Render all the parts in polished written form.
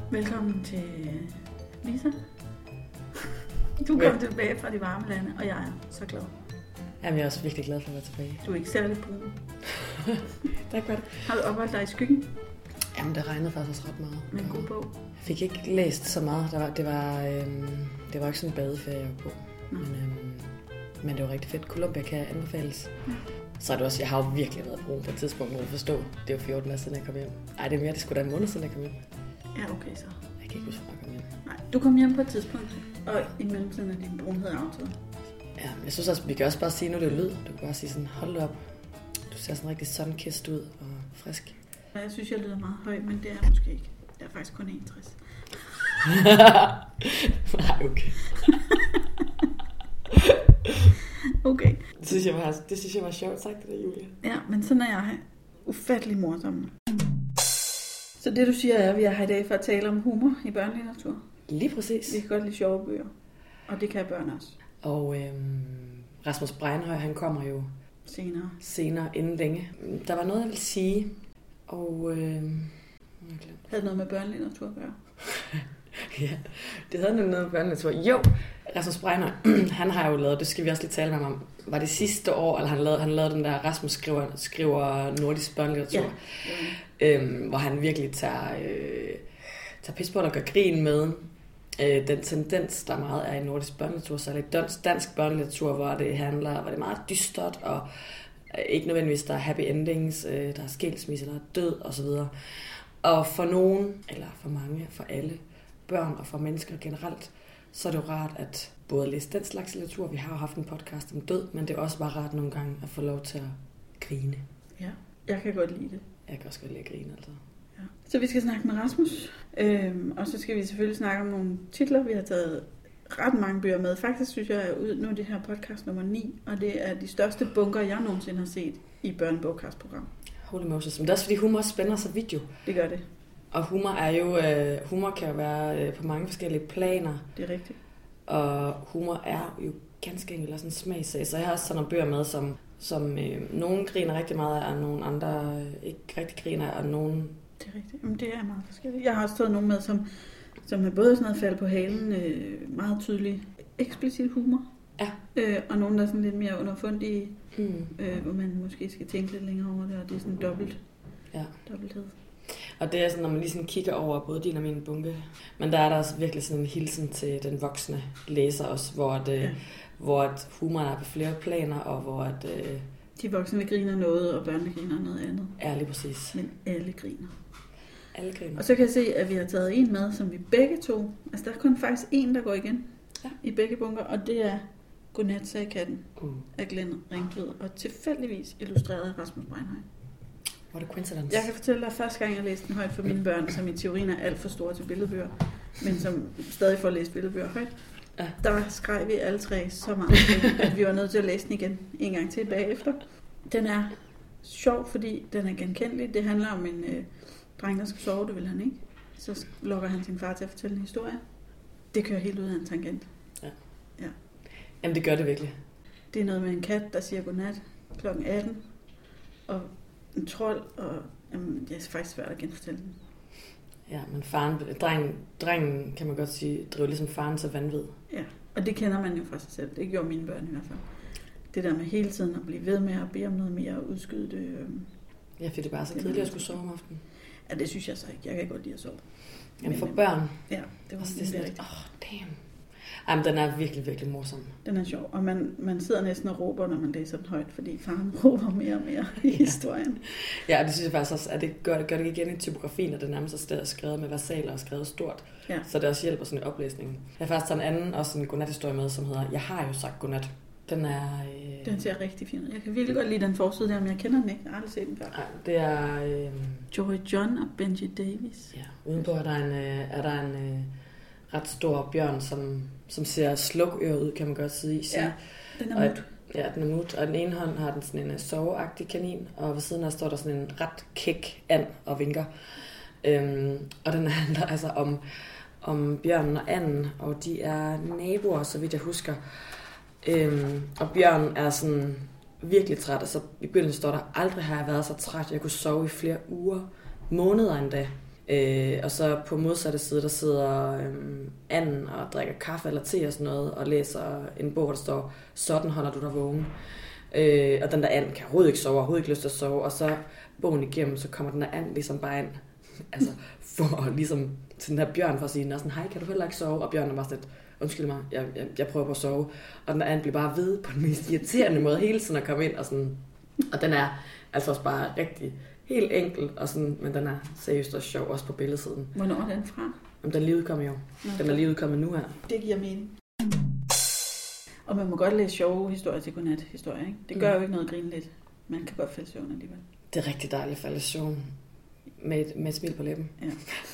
Velkommen til Lisa. Du kom tilbage fra de varme lande, og jeg er så glad. Jamen, jeg er også virkelig glad for at være tilbage. Du er ikke særlig brun. Tak for det. Har du opholdt dig i skyggen? Jamen, det regnede faktisk også ret meget. Med en god bog? Jeg fik ikke læst så meget. Det var ikke sådan en badeferie, jeg var på. Men det var rigtig fedt. Colombia kan anbefales. Ja. Så er det også, jeg har jo virkelig været brun på et tidspunkt, må du forstå. Det er jo 14 år siden, jeg kom hjem. Ej, det er mere, det skulle da en måned siden, jeg kom hjem. Ja, okay så. Jeg kan ikke huske, hvor jeg kom hjem. Nej, du kom hjem på et tidspunkt, og i mellemtiden er din brunhed aftaget. Ja, jeg synes også, vi kan også bare sige, nu er det jo lyd. Du kan bare sige sådan, hold op. Du ser sådan rigtig sunkissed ud og frisk. Jeg synes, jeg lyder meget høj, men det er måske ikke. Jeg er faktisk kun 61. Nej, okay. Okay. Det synes jeg var sjovt sagt, det der, Julia. Ja, men sådan er jeg ufattelig morsom. Så det, du siger, er, at vi er her i dag for at tale om humor i børnelitteratur. Lige præcis. Vi kan godt lide sjove bøger, og det kan børn også. Og Rasmus Breinhøj, han kommer jo senere inden længe. Der var noget, jeg ville sige, og havde det noget med børnelitteratur at gøre? Ja, det havde noget med børnelitteratur. Jo, Rasmus Breinhøj, han har jo lavet, det skal vi også lige tale med ham om, var det sidste år, eller han lavede den der Rasmus skriver nordisk børnelitteratur, hvor han virkelig tager pis på og gør grin med den tendens, der meget er i nordisk børnelitteratur, særligt dansk børnelitteratur, hvor det er meget dystert, og ikke nødvendigvis der er happy endings, der er skilsmisse, der er død osv. Og for nogen, eller for mange, for alle børn og for mennesker generelt, så er det jo rart at både læse den slags litteratur. Vi har jo haft en podcast om død, men det er også bare rart nogle gange at få lov til at grine. Ja, jeg kan godt lide det. Jeg kan også godt lide at grine, altså. Ja. Så vi skal snakke med Rasmus, og så skal vi selvfølgelig snakke om nogle titler. Vi har taget ret mange bøger med. Faktisk synes jeg, at nu er det her podcast nummer 9, og det er de største bunker, jeg nogensinde har set i børnebogkastprogram. Holy Moses. Men det er også fordi humor spænder så vidt jo. Det gør det. Og humor kan jo være på mange forskellige planer. Det er rigtigt. Og humor er jo ganske enkelt også en smagssag. Så jeg har også sådan nogle bøger med, som nogen griner rigtig meget af, og nogle andre ikke rigtig griner af, og nogen... Det er rigtigt. Men det er meget forskelligt. Jeg har også taget nogle med, som er både sådan noget fald på halen, meget tydelig eksplicit humor. Ja. Og nogle, der er sådan lidt mere underfundige, hvor man måske skal tænke lidt længere over det, og det er sådan dobbelthed. Og det er sådan, når man lige sådan kigger over både din og min bunke. Men der er der også virkelig sådan en hilsen til den voksne læser også, hvor at humor er på flere planer, og hvor at... de voksne vil grine noget, og børnene griner noget andet. Ja, lige præcis. Men alle griner. Alle griner. Og så kan jeg se, at vi har taget en med, som vi begge to... Altså, der er kun faktisk en, der går igen i begge bunker, og det er Godnat, sagde katten af Glenn Ringtved, og tilfældigvis illustreret af Rasmus Breinhøj. What a coincidence. Jeg kan fortælle dig, at første gang jeg læste den højt for mine børn, som i teorien er alt for store til billedbøger, men som stadig får læst billedbøger højt, der skreg vi alle tre så meget, at vi var nødt til at læse den igen en gang til bagefter. Den er sjov, fordi den er genkendelig. Det handler om en dreng, der skal sove, det vil han ikke. Så lukker han sin far til at fortælle en historie. Det kører helt ud af en tangent. Ja. Jamen, det gør det virkelig. Det er noget med en kat, der siger godnat kl. 18, og en trold, og jamen, det er faktisk svært at genfortælle den. Ja, men drengen kan man godt sige, driver ligesom faren til vanvid. Ja, og det kender man jo fra sig selv. Det gjorde mine børn i hvert fald. Det der med hele tiden at blive ved med at bede om noget mere og udskyde det. Ja, for det er bare så kedeligt at skulle sove om aftenen. Ja, det synes jeg så ikke. Jeg kan godt lide at sove. Jamen for børn. Ja, det var sådan lidt. Damn. Jamen, den er virkelig, virkelig morsom. Den er sjov, og man sidder næsten og råber, når man læser den højt, fordi faren råber mere og mere i historien. Ja, og det synes jeg faktisk også, at det gør det igen i typografien, at det nærmest er skrevet med versaler og skrevet stort. Ja. Så det også hjælper sådan i oplæsningen. Jeg har faktisk taget en anden, også en godnathistorie med, som hedder Jeg har jo sagt godnat. Den er... Den ser rigtig fin ud. Jeg kan virkelig godt lide den forside der, men jeg kender den ikke. Jeg har aldrig set den før. Nej, det er... Joy John og Benji Davis. Ja, udenpå er der en ret stor bjørn, som ser slukøret ud, kan man godt sige. Ja, den er mut. Ja, den er mut. Og den ene hånd har den sådan en soveagtig kanin, og ved siden af står der sådan en ret kæk and og vinker. Og den handler altså om bjørnen og anden, og de er naboer, så vidt jeg husker. Og bjørnen er sådan virkelig træt, altså i begyndelsen står der, aldrig har jeg været så træt, jeg kunne sove i flere uger, måneder endda. Og så på modsatte side, der sidder Anden og drikker kaffe eller te og sådan noget, og læser en bog, hvor der står, sådan holder du dig vågen. Og den der and kan overhovedet ikke sove, overhovedet ikke lyst til at sove, og så bogen igennem, så kommer den der and ligesom bare ind, altså for ligesom til den her bjørn for at sige, sådan, hej, kan du heller ikke sove? Og bjørnen er bare sådan lidt, undskyld mig, jeg prøver på at sove. Og den der and bliver bare ved på den mest irriterende måde hele tiden at komme ind, og sådan, og den er altså også bare rigtig helt enkel, og sådan, men den er seriøst og sjov også på billedsiden. Hvornår er den fra? Jamen, den er lige udkommet jo. Okay. Den er lige udkommet nu her. Det giver mening. Og man må godt læse sjove historier til godnat-historier, ikke? Det gør jo ikke noget grine lidt. Man kan godt falde i søvn alligevel. Det er rigtig dejligt at falde i søvn med et smil på læben. Ja.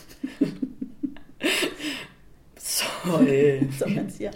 Så, som man siger.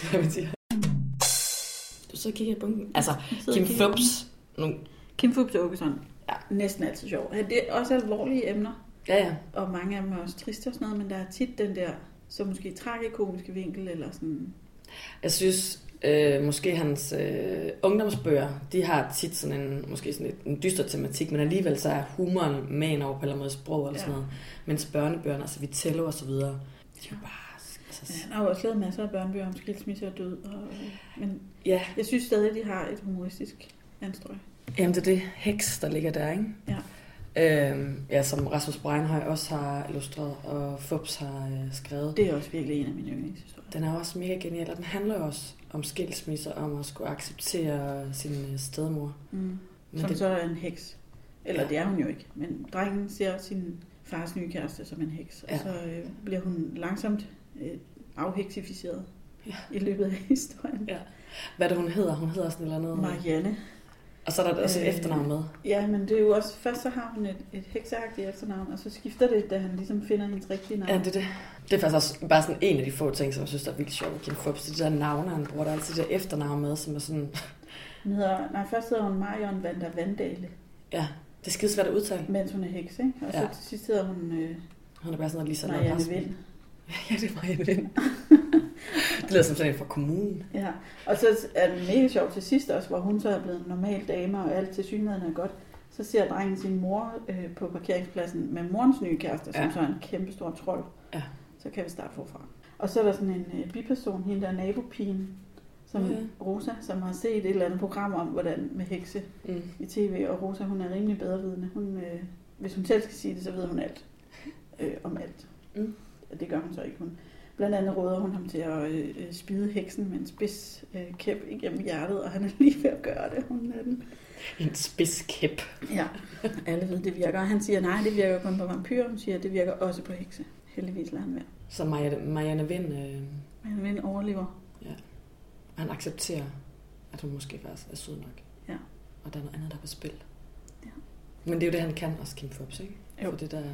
Du så kigger i bunken. Altså, Kim Fupz. Kim Fupz Aakeson. Ja. Næsten altid sjov. Det er også alvorlige emner. Ja. Og mange af dem er også triste og sådan noget, men der er tit den der, så måske tragikomiske vinkel, eller sådan. Jeg synes, måske hans ungdomsbøger, de har tit sådan en dyster tematik, men alligevel så er humoren med ind over på en eller anden måde sprog eller sådan noget. Mens børnebøgerne, altså Vitello og så videre, de er bare... Ja, han har jo også lavet masser af børnebøger om skilsmisse og død, men jeg synes stadig, at de har et humoristisk anstrøg. Jamen det er det heks, der ligger der, ikke? Ja. Som Rasmus Breinhøj også har illustreret, og Fupz har skrevet. Det er også virkelig en af mine yndlingshistorier. Den er også mega genial, og den handler jo også om skilsmisse, om at skulle acceptere sin stedmor. Som så er en heks. Eller det er hun jo ikke, men drengen ser sin fars nye kæreste som en heks, og så bliver hun langsomt afheksificeret i løbet af historien. Ja. Hvad er det, hun hedder? Hun hedder sådan et eller andet... Marianne. Og så er der også et efternavn med. Ja, men det er jo også... Først så har hun et hekseagtigt efternavn, og så skifter det, da han ligesom finder hendes rigtige navn. Ja, det er det. Det er faktisk også bare sådan en af de få ting, som jeg synes, der er virkelig sjovt. Kim Fupz, det der navne, han bruger der altid det der efternavn med, som er sådan... Først hedder hun Marion van der Vandale. Ja, det er skide svært at udtale. Mens hun er heks, ikke? Og så til sidst hedder hun... Hun er bare sådan noget lige sådan Marianne Vind. Ja, det er Marianne Vind. Det lyder som sådan en fra kommunen. Ja, og så er det mega sjovt til sidst også, hvor hun så er blevet en normal dame, og alt til synligheden er godt. Så ser drengen sin mor på parkeringspladsen med morens nye kæreste, som så er en kæmpe stor trold. Ja. Så kan vi starte forfra. Og så er der sådan en biperson, hende der nabopigen, som Rosa, som har set et eller andet program om, hvordan med hekse i tv. Og Rosa, hun er rimelig bedrevidende. Hvis hun selv skal sige det, så ved hun alt om alt. Det gør hun så ikke. Blandt andet råder hun ham til at spide heksen med en spids kæp igennem hjertet, og han er lige ved at gøre det. Hun er den. En spids kæp. Ja, alle ved, det virker. Og han siger, nej, det virker kun på vampyrer. Hun siger, det virker også på hekse. Heldigvis lader han være. Så Marianne Vind... Marianne Vind overlever. Ja. Han accepterer, at hun måske faktisk er sød nok. Ja. Og der er noget andet, der er på spil. Ja. Men det er jo det, han kan også, Kim Fupz, ikke? Jo. For det der...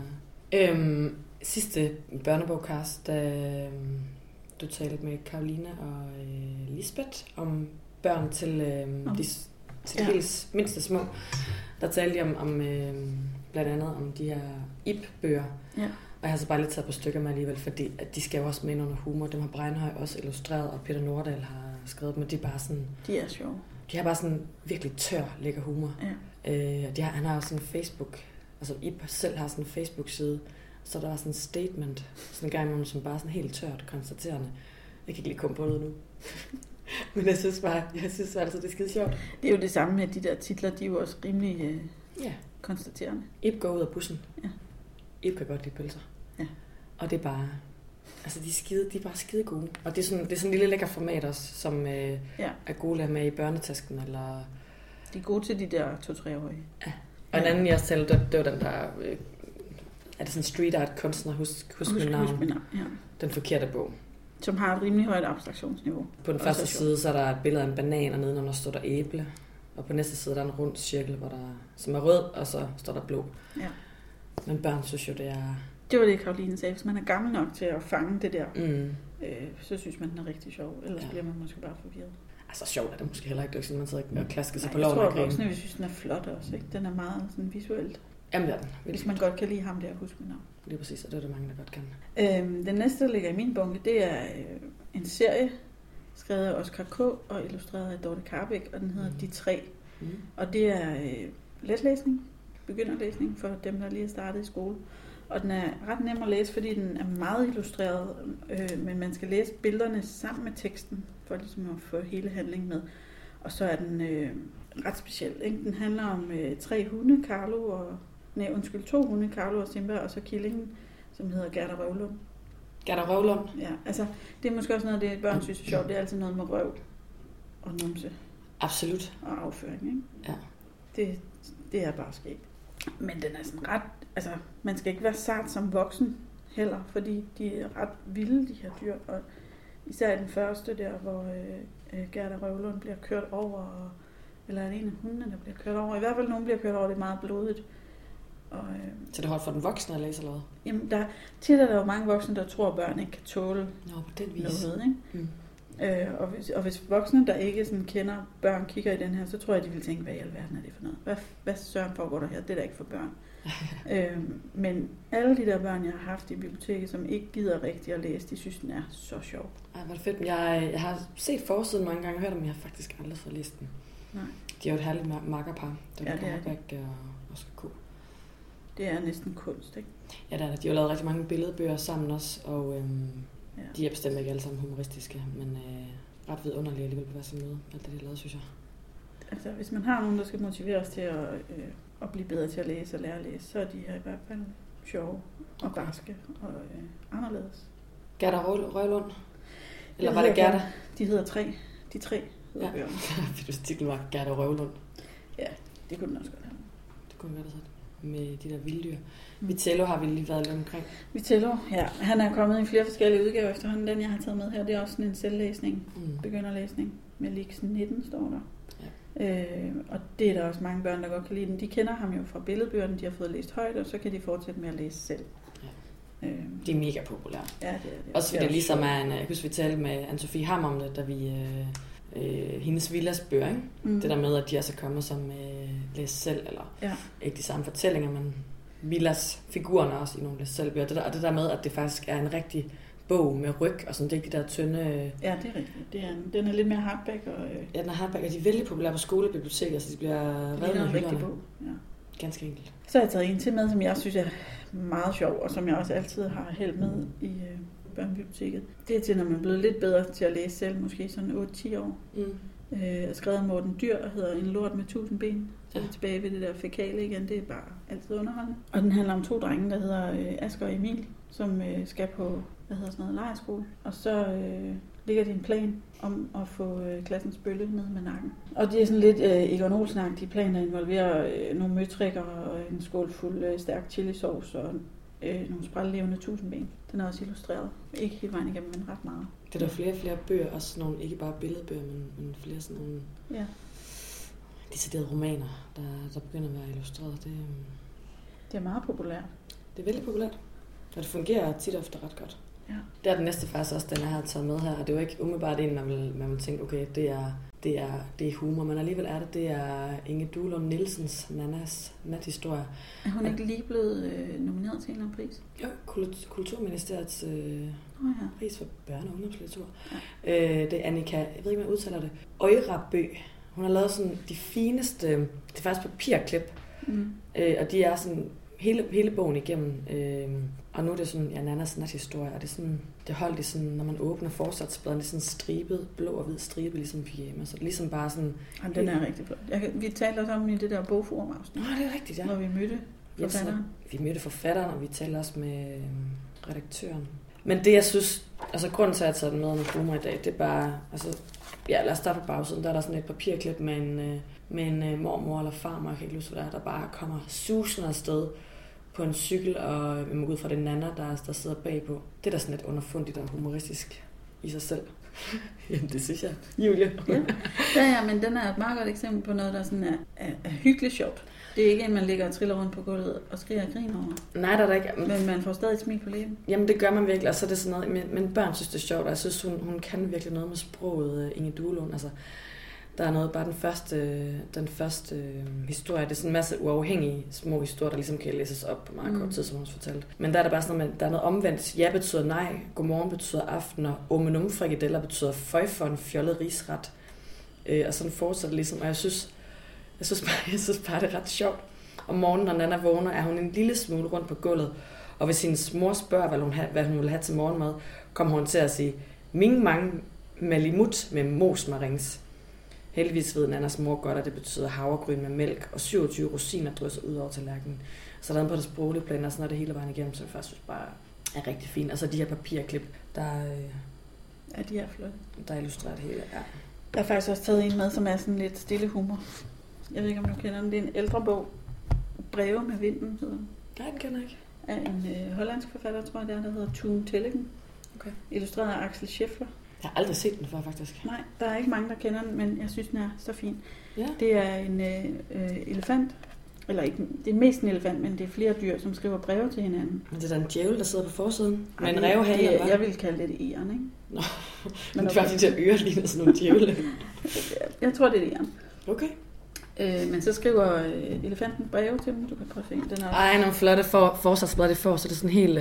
Sidste børnebogkast, da du talte med Karoline og Lisbeth om børn til de helt mindste små, der talte de om blandt andet om de her Ib-bøger. Ja. Og jeg har så bare lidt taget på stykker med alligevel, fordi at de skal jo også med ind under humor. Dem har Breinhøj også illustreret, og Peter Nordahl har skrevet dem, og de er bare sådan... De er sjove. De har bare sådan virkelig tør, lækker humor. Ja. Han har også sådan en Facebook... Altså Ib selv har sådan en Facebook-side, så der var sådan en statement, sådan en gang imellem, som bare sådan helt tørt konstaterende. Jeg kan ikke lige komme på det nu. Men jeg synes altså, det er skide sjovt. Det er jo det samme med de der titler, de er jo også rimelig konstaterende. Ib går ud af bussen. Ja. Ib kan godt lide pølser. Ja. Og det er bare... Altså, de er bare skide gode. Og det er sådan en lille lækker format også, som er gode at med i børnetasken, eller... De er gode til de der 2-3-årige. Ja. Og en anden, jeg talte, det var den der... Er det sådan en street art kunstner? Husk mit navn. Ja. Den forkerte bog. Som har et rimelig højt abstraktionsniveau. På den første side, så er der et billede af en banan, og nedenunder står der æble. Og på næste side, der er en rund cirkel, som er rød, og så står der blå. Ja. Men børn synes jo, det er... Det var det, Karoline sagde. Hvis man er gammel nok til at fange det der, så synes man, den er rigtig sjov. Ellers bliver man måske bare forvirret. Altså sjovt er det måske heller ikke. Det er ikke sådan, man sidder og klasker sig på loven. Jeg tror voksne, vi synes, den er flot også. Ikke? Den er meget sådan visuelt. Jamen, ja, hvis man godt kan lide ham der, husk mit navn. Lige præcis, og det er det mange, der godt kan. Den næste, der ligger i min bunke, det er en serie, skrevet af Oscar K. og illustreret af Dorte Karbæk, og den hedder De 3. Og det er letlæsning, begynderlæsning for dem, der lige er startet i skole. Og den er ret nem at læse, fordi den er meget illustreret, men man skal læse billederne sammen med teksten, for ligesom at få hele handlingen med. Og så er den ret speciel. Ikke? Den handler om 3 hunde, to hunde, Carlo og Simba, og så killingen, som hedder Gerda Røvlund. Gerda Røvlund? Ja, altså det er måske også noget, det børn synes er sjovt. Det er altid noget med røv og numse. Absolut. Og afføring, ikke? Ja. Det er bare skægt. Men den er sådan ret, altså man skal ikke være sart som voksen heller, fordi de er ret vilde, de her dyr. Og især i den første der, hvor Gerda Røvlund bliver kørt over, eller er det en af hundene, der bliver kørt over? I hvert fald nogen bliver kørt over, det er meget blodigt. Og, så det er hårdt for den voksne at læse eller hvad? Jamen, tit er der jo mange voksne, der tror, at børn ikke kan tåle på den vis. Noget, ikke? Og hvis voksne, der ikke sådan kender børn, kigger i den her, så tror jeg, de vil tænke, hvad i alverden er det for noget? Hvad søren foregår der her? Det er da ikke for børn. Men alle de der børn, jeg har haft i biblioteket, som ikke gider rigtigt at læse, de synes, den er så sjov. Ej, hvor fedt. Jeg har set forsiden mange gange og hørt om, jeg har faktisk aldrig fået læst den. Nej. De er jo et herligt makkerpar. Ja, det er det. Og Skå. Det er næsten kunst, ikke? Ja, de har jo lavet rigtig mange billedbøger sammen også, og de er bestemt ikke alle sammen humoristiske, men ret vidunderlige alligevel på hver sin måde, alt det, de har lavet, synes jeg. Altså, hvis man har nogen, der skal motivere os til at blive bedre til at læse og lære at læse, så er de her i hvert fald sjove og barske og anderledes. Gerda Røvlund? Eller var det Gerda? De hedder 3. De 3 hedder bøgerne. Hvis titlen var Gerda Røvlund. Ja, det kunne den også godt have. Det kunne være det sådan. Med de der vilddyr. Vitello har vi lige været lidt omkring. Vitello, ja. Han er kommet i flere forskellige udgaver efterhånden. Den, jeg har taget med her, det er også sådan en selvlæsning. Begynderlæsning. Med Lix 19 står der. Ja. Og det er der også mange børn, der godt kan lide den. De kender ham jo fra billedbøgerne, de har fået læst højt, og så kan de fortsætte med at læse selv. Ja. De er mega populære. Ja, det er det. Også fordi det ligesom er jeg husker, vi talte med Anne-Sophie Ham om det, da vi hendes Villas bøger, ikke? Det der med, at de også er kommet som læse selv, eller ikke de samme fortællinger, men Villas figurerne også i nogle læse selv bøger. Og det der med, at det faktisk er en rigtig bog med ryg, og sådan, det er ikke de der tynde... Ja, det er rigtigt. Den er lidt mere hardback. Ja, den er hardback, og de er vældig populære på skolebiblioteket, så de bliver reddet med hylderne. Bog. Ja. Ganske enkelt. Så har jeg taget en til med, som jeg synes er meget sjov, og som jeg også altid har held med i børnebiblioteket. Det er til, når man er blevet lidt bedre til at læse selv, måske sådan 8-10 år. Skrevet af Morten Dyr, og hedder En lort med 1000 ben. Så er vi tilbage ved det der fækale igen. Det er bare altid underholdende. Og den handler om 2 drenge, der hedder Asger og Emil, som skal på lejrskole. Og så ligger de en plan om at få klassens bølle ned med nakken. Og det er sådan lidt Egon Olsen-agtige planer, involverer nogle møtrikker og en skål fuld stærk chilisauce og nogle sprællevende 1000 ben. Den er også illustreret. Ikke helt vejen igennem, men ret meget. Det er der flere og flere bøger, også nogle, ikke bare billedbøger, men flere sådan nogle deciderede romaner, der begynder at være illustreret. Det er meget populært. Det er vældig populært, og det fungerer tit og ofte ret godt. Ja. Det er den næste faktisk også, den jeg har taget med her, og det er jo ikke umiddelbart en, man vil tænke, okay, det er humor, men alligevel er det er Inge Duelund Nielsens Nannas nathistorie. Er hun ikke lige blevet nomineret til en eller anden pris? Jo, Kulturministeriets pris for børne- og ungdomslitteratur. Ja. Det er Annika, jeg ved ikke, om jeg udtaler det, Øyrabø. Hun har lavet sådan de fineste, det er faktisk papirklip, og de er sådan hele bogen igennem, og nu er det sådan, Nannas nathistorie, og det er sådan, det holdt i sådan, når man åbner forsatsbladene, det er sådan stribet, blå og hvid stribe, ligesom pyjama, så det er ligesom bare sådan... Jamen, den er rigtig flot. Vi talte også om i det der bogforum-afsnit. Nå, det er rigtigt, ja. Hvor vi mødte forfatteren. Vi mødte forfatteren, og vi talte også med redaktøren. Men det, jeg synes, altså grunden til, at jeg tager den med med humor i dag, det er bare, altså, ja, lad os starte på bagsiden, der er der sådan et papirklip med en mormor eller farmor, jeg kan ikke huske, hvad der bare kommer susende afsted på en cykel, og vi må gå ud fra den Nanna, der sidder bagpå. Det er da sådan lidt underfundigt og humoristisk i sig selv. Jamen, det synes jeg. Julie. Ja, men den er et meget godt eksempel på noget, der sådan er hyggeligt sjovt. Det er ikke en, man ligger og triller rundt på gulvet og skriger og griner over. Nej, der er der ikke. Men man får stadig smil på læben. Jamen, det gør man virkelig, og så er det sådan noget, men børn synes, det er sjovt, og jeg synes, hun kan virkelig noget med sproget, Inge Duelund. Altså, der er noget, bare den første historie, det er sådan en masse uafhængige små historier, der ligesom kan læses op på meget kort tid, som hun har fortalt. Men der er der bare sådan noget, der er noget omvendt. Ja betyder nej, godmorgen betyder aften, og omenum-frikadeller betyder føj for en fjollet risret. Og sådan fortsætter ligesom, og jeg synes bare, det er ret sjovt. Om morgenen, når Nanna vågner, er hun en lille smule rundt på gulvet, Og hvis hendes mor spørger, hvad hun vil have til morgenmad, kommer hun til at sige, Ming Mang Malimut med mosmarings. Heldigvis ved Nannas mor godt, at det betyder havregryn med mælk, og 27 rosiner drysser ud over tallerkenen. Så der er på det sproglige plan, og sådan er det hele vejen igennem, så det faktisk bare er rigtig fint. Og så de her papirklip, der de er flotte. Der er illustreret hele, ja. Der er faktisk også taget en med, som er sådan lidt stille humor. Jeg ved ikke, om du kender den. Det er en ældre bog. Breve med vinden, hedder den. Nej, den kender jeg ikke. Af en hollandsk forfatter, tror jeg, der hedder Toon Tellegen. Okay. Illustreret af Axel Scheffler. Jeg har aldrig set den før, faktisk. Nej, der er ikke mange, der kender den, men jeg synes, den er så fin. Ja. Det er en elefant. Eller ikke, det er mest en elefant, men det er flere dyr, som skriver breve til hinanden. Men det er da en djævel, der sidder på forsiden. Med en rævehale, jeg vil kalde det et egern, ikke? Nå, men det er faktisk de der ører ligner sådan nogle djævle. Jeg tror, det er et egern. Okay. Men så skriver elefanten breve til dem. Du kan prøve at se. Den er ej, nogle flotte forsatsblade det får, så det er sådan helt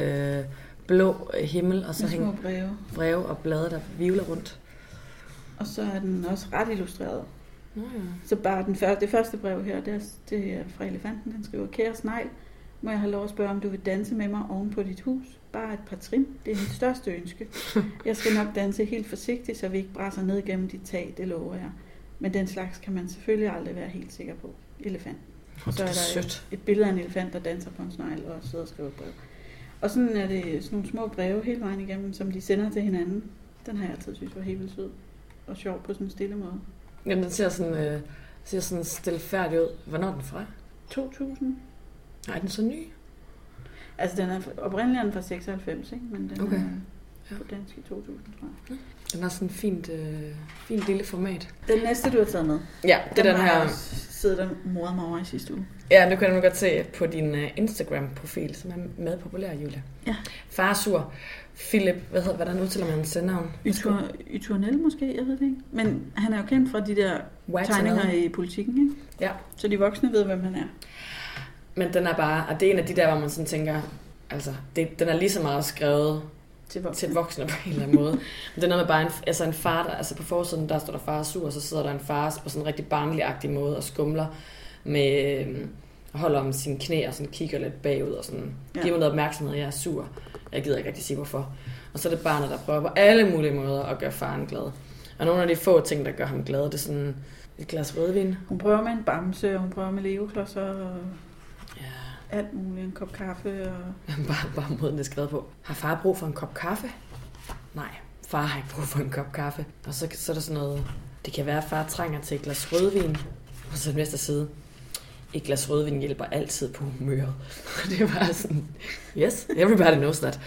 blå himmel, og så hænger breve og blade, der vivler rundt. Og så er den også ret illustreret. Ja. Så bare det første brev her, det er fra elefanten. Den skriver, kære snegl, må jeg have lov at spørge, om du vil danse med mig oven på dit hus? Bare et par trin. Det er mit største ønske. Jeg skal nok danse helt forsigtigt, så vi ikke brænder ned gennem dit tag, det lover jeg. Men den slags kan man selvfølgelig aldrig være helt sikker på. Elefant. Og så er der et billede af en elefant, der danser på en snegl og sidder og skriver et brev. Og sådan er det sådan nogle små breve hele vejen igennem, som de sender til hinanden. Den har jeg altid synes var helt vildt sød og sjov på sådan en stille måde. Jamen, den ser sådan stilfærdig ud. Hvornår er den fra? 2000. Nej, den er så ny. Altså, den er oprindeligt fra 96, ikke? Men den okay. er på dansk i 2000, tror jeg. Den har sådan fint lille format. Den næste, du har taget med. Ja, det er den her. Jeg sidder der mordet mig over i sidste uge. Ja, det kan du godt se på din Instagram-profil, som er meget populær, Julia. Ja. Farsur. Philip, hvordan udtaler man hans navn? Yturnel måske, jeg ved det ikke. Men han er jo kendt fra de der tegninger i Politikken, ikke? Ja. Så de voksne ved, hvem han er. Men den er bare, og det er en af de der, hvor man sådan tænker, altså, den er lige så meget skrevet til voksne på en eller anden måde. Men det er noget med bare en far, der, altså på forsiden, der står der far sur, og så sidder der en far på sådan en rigtig barnlig-agtig måde og skumler med, holder om sine knæ og sådan kigger lidt bagud og sådan, giver noget opmærksomhed, jeg er sur. Jeg gider ikke rigtig sige hvorfor. Og så er det barnet, der prøver på alle mulige måder at gøre faren glad. Og nogle af de få ting, der gør ham glad, det er sådan et glas rødvin. Hun prøver med en bamse, og hun prøver med legoklodser og alt muligt. En kop kaffe. Og bare måden, det er skrevet på. Har far brug for en kop kaffe? Nej, far har ikke brug for en kop kaffe. Og så er der sådan noget, det kan være, at far trænger til et glas rødvin. Og så den næste side. Et glas rødvin hjælper altid på humøret. Det er bare sådan, yes, everybody knows that.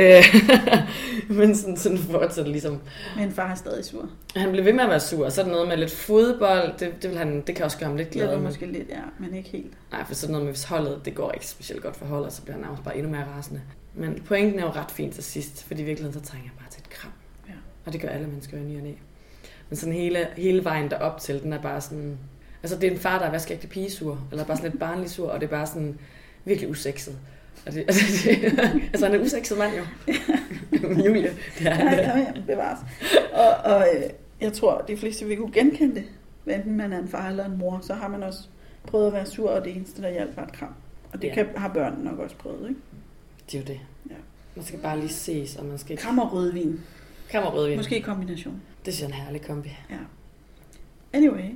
Men sådan fortsætter ligesom. Men far er stadig sur. Han bliver ved med at være sur, og så er der noget med lidt fodbold, det kan også gøre ham lidt glad. Det er måske lidt, ja, men ikke helt. Nej, for sådan noget med, hvis holdet, det går ikke specielt godt for holdet, så bliver han nærmest bare endnu mere rasende. Men pointen er jo ret fint til sidst, fordi i virkeligheden så trænger jeg bare til et kram. Ja. Og det gør alle mennesker i ny og næ. Men sådan hele vejen derop til, den er bare sådan. Altså, det er en far, der er vaskægte pigesur, eller bare sådan lidt barnlig sur, og det er bare sådan virkelig usekset. Altså, han er usekset mand, jo. Julie, det er han. Ja, bevares. Og jeg tror, de fleste vil kunne genkende det. Enten man er en far eller en mor, så har man også prøvet at være sur, og det eneste, der hjælper et kram. Og det har børnene nok også prøvet, ikke? Det er jo det. Ja. Man skal bare lige ses, og man skal. Kram og rødvin. Kram og rødvin. Måske i kombination. Det synes jeg er en herlig kombi. Ja. Anyway.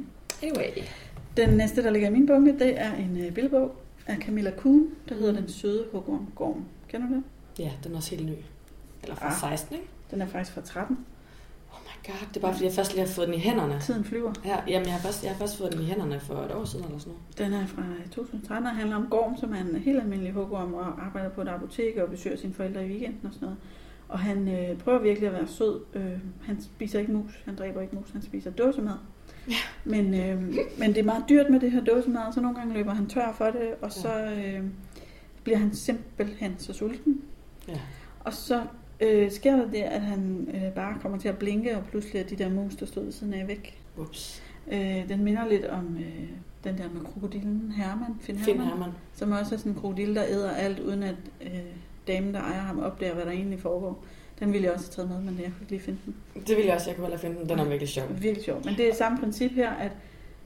Den næste, der ligger i min bunke, det er en billedbog af Camilla Kuhn, der hedder Den søde hugorm Gorm. Kender du det? Ja, den er også helt ny. Eller fra 16, ikke? Den er faktisk fra 13. Oh my god, det er bare fordi, jeg først lige har fået den i hænderne. Tiden flyver. Ja, jamen, jeg har først fået den i hænderne for et år siden eller sådan noget. Den er fra 2013 og handler om Gorm, som er en helt almindelig hugorm og arbejder på et apotek og besøger sine forældre i weekenden og sådan noget. Og han prøver virkelig at være sød. Han spiser ikke mus, han dræber ikke mus, han spiser dåsemad. Ja. Men det er meget dyrt med det her dåsemad, så nogle gange løber han tør for det, og så bliver han simpelthen så sulten. Ja. Og så sker der det, at han bare kommer til at blinke, og pludselig er de der mus, der stod ved siden af, væk. Ups. Den minder lidt om den der med krokodillen Finn Herman, som også er sådan en krokodille, der æder alt, uden at damen, der ejer ham, opdager, hvad der egentlig foregår. Den ville jeg også have taget med, men jeg kunne ikke lige finde den. Det ville jeg også, jeg kunne heller finde den. Den er virkelig sjov. Virkelig sjov. Men det er samme princip her, at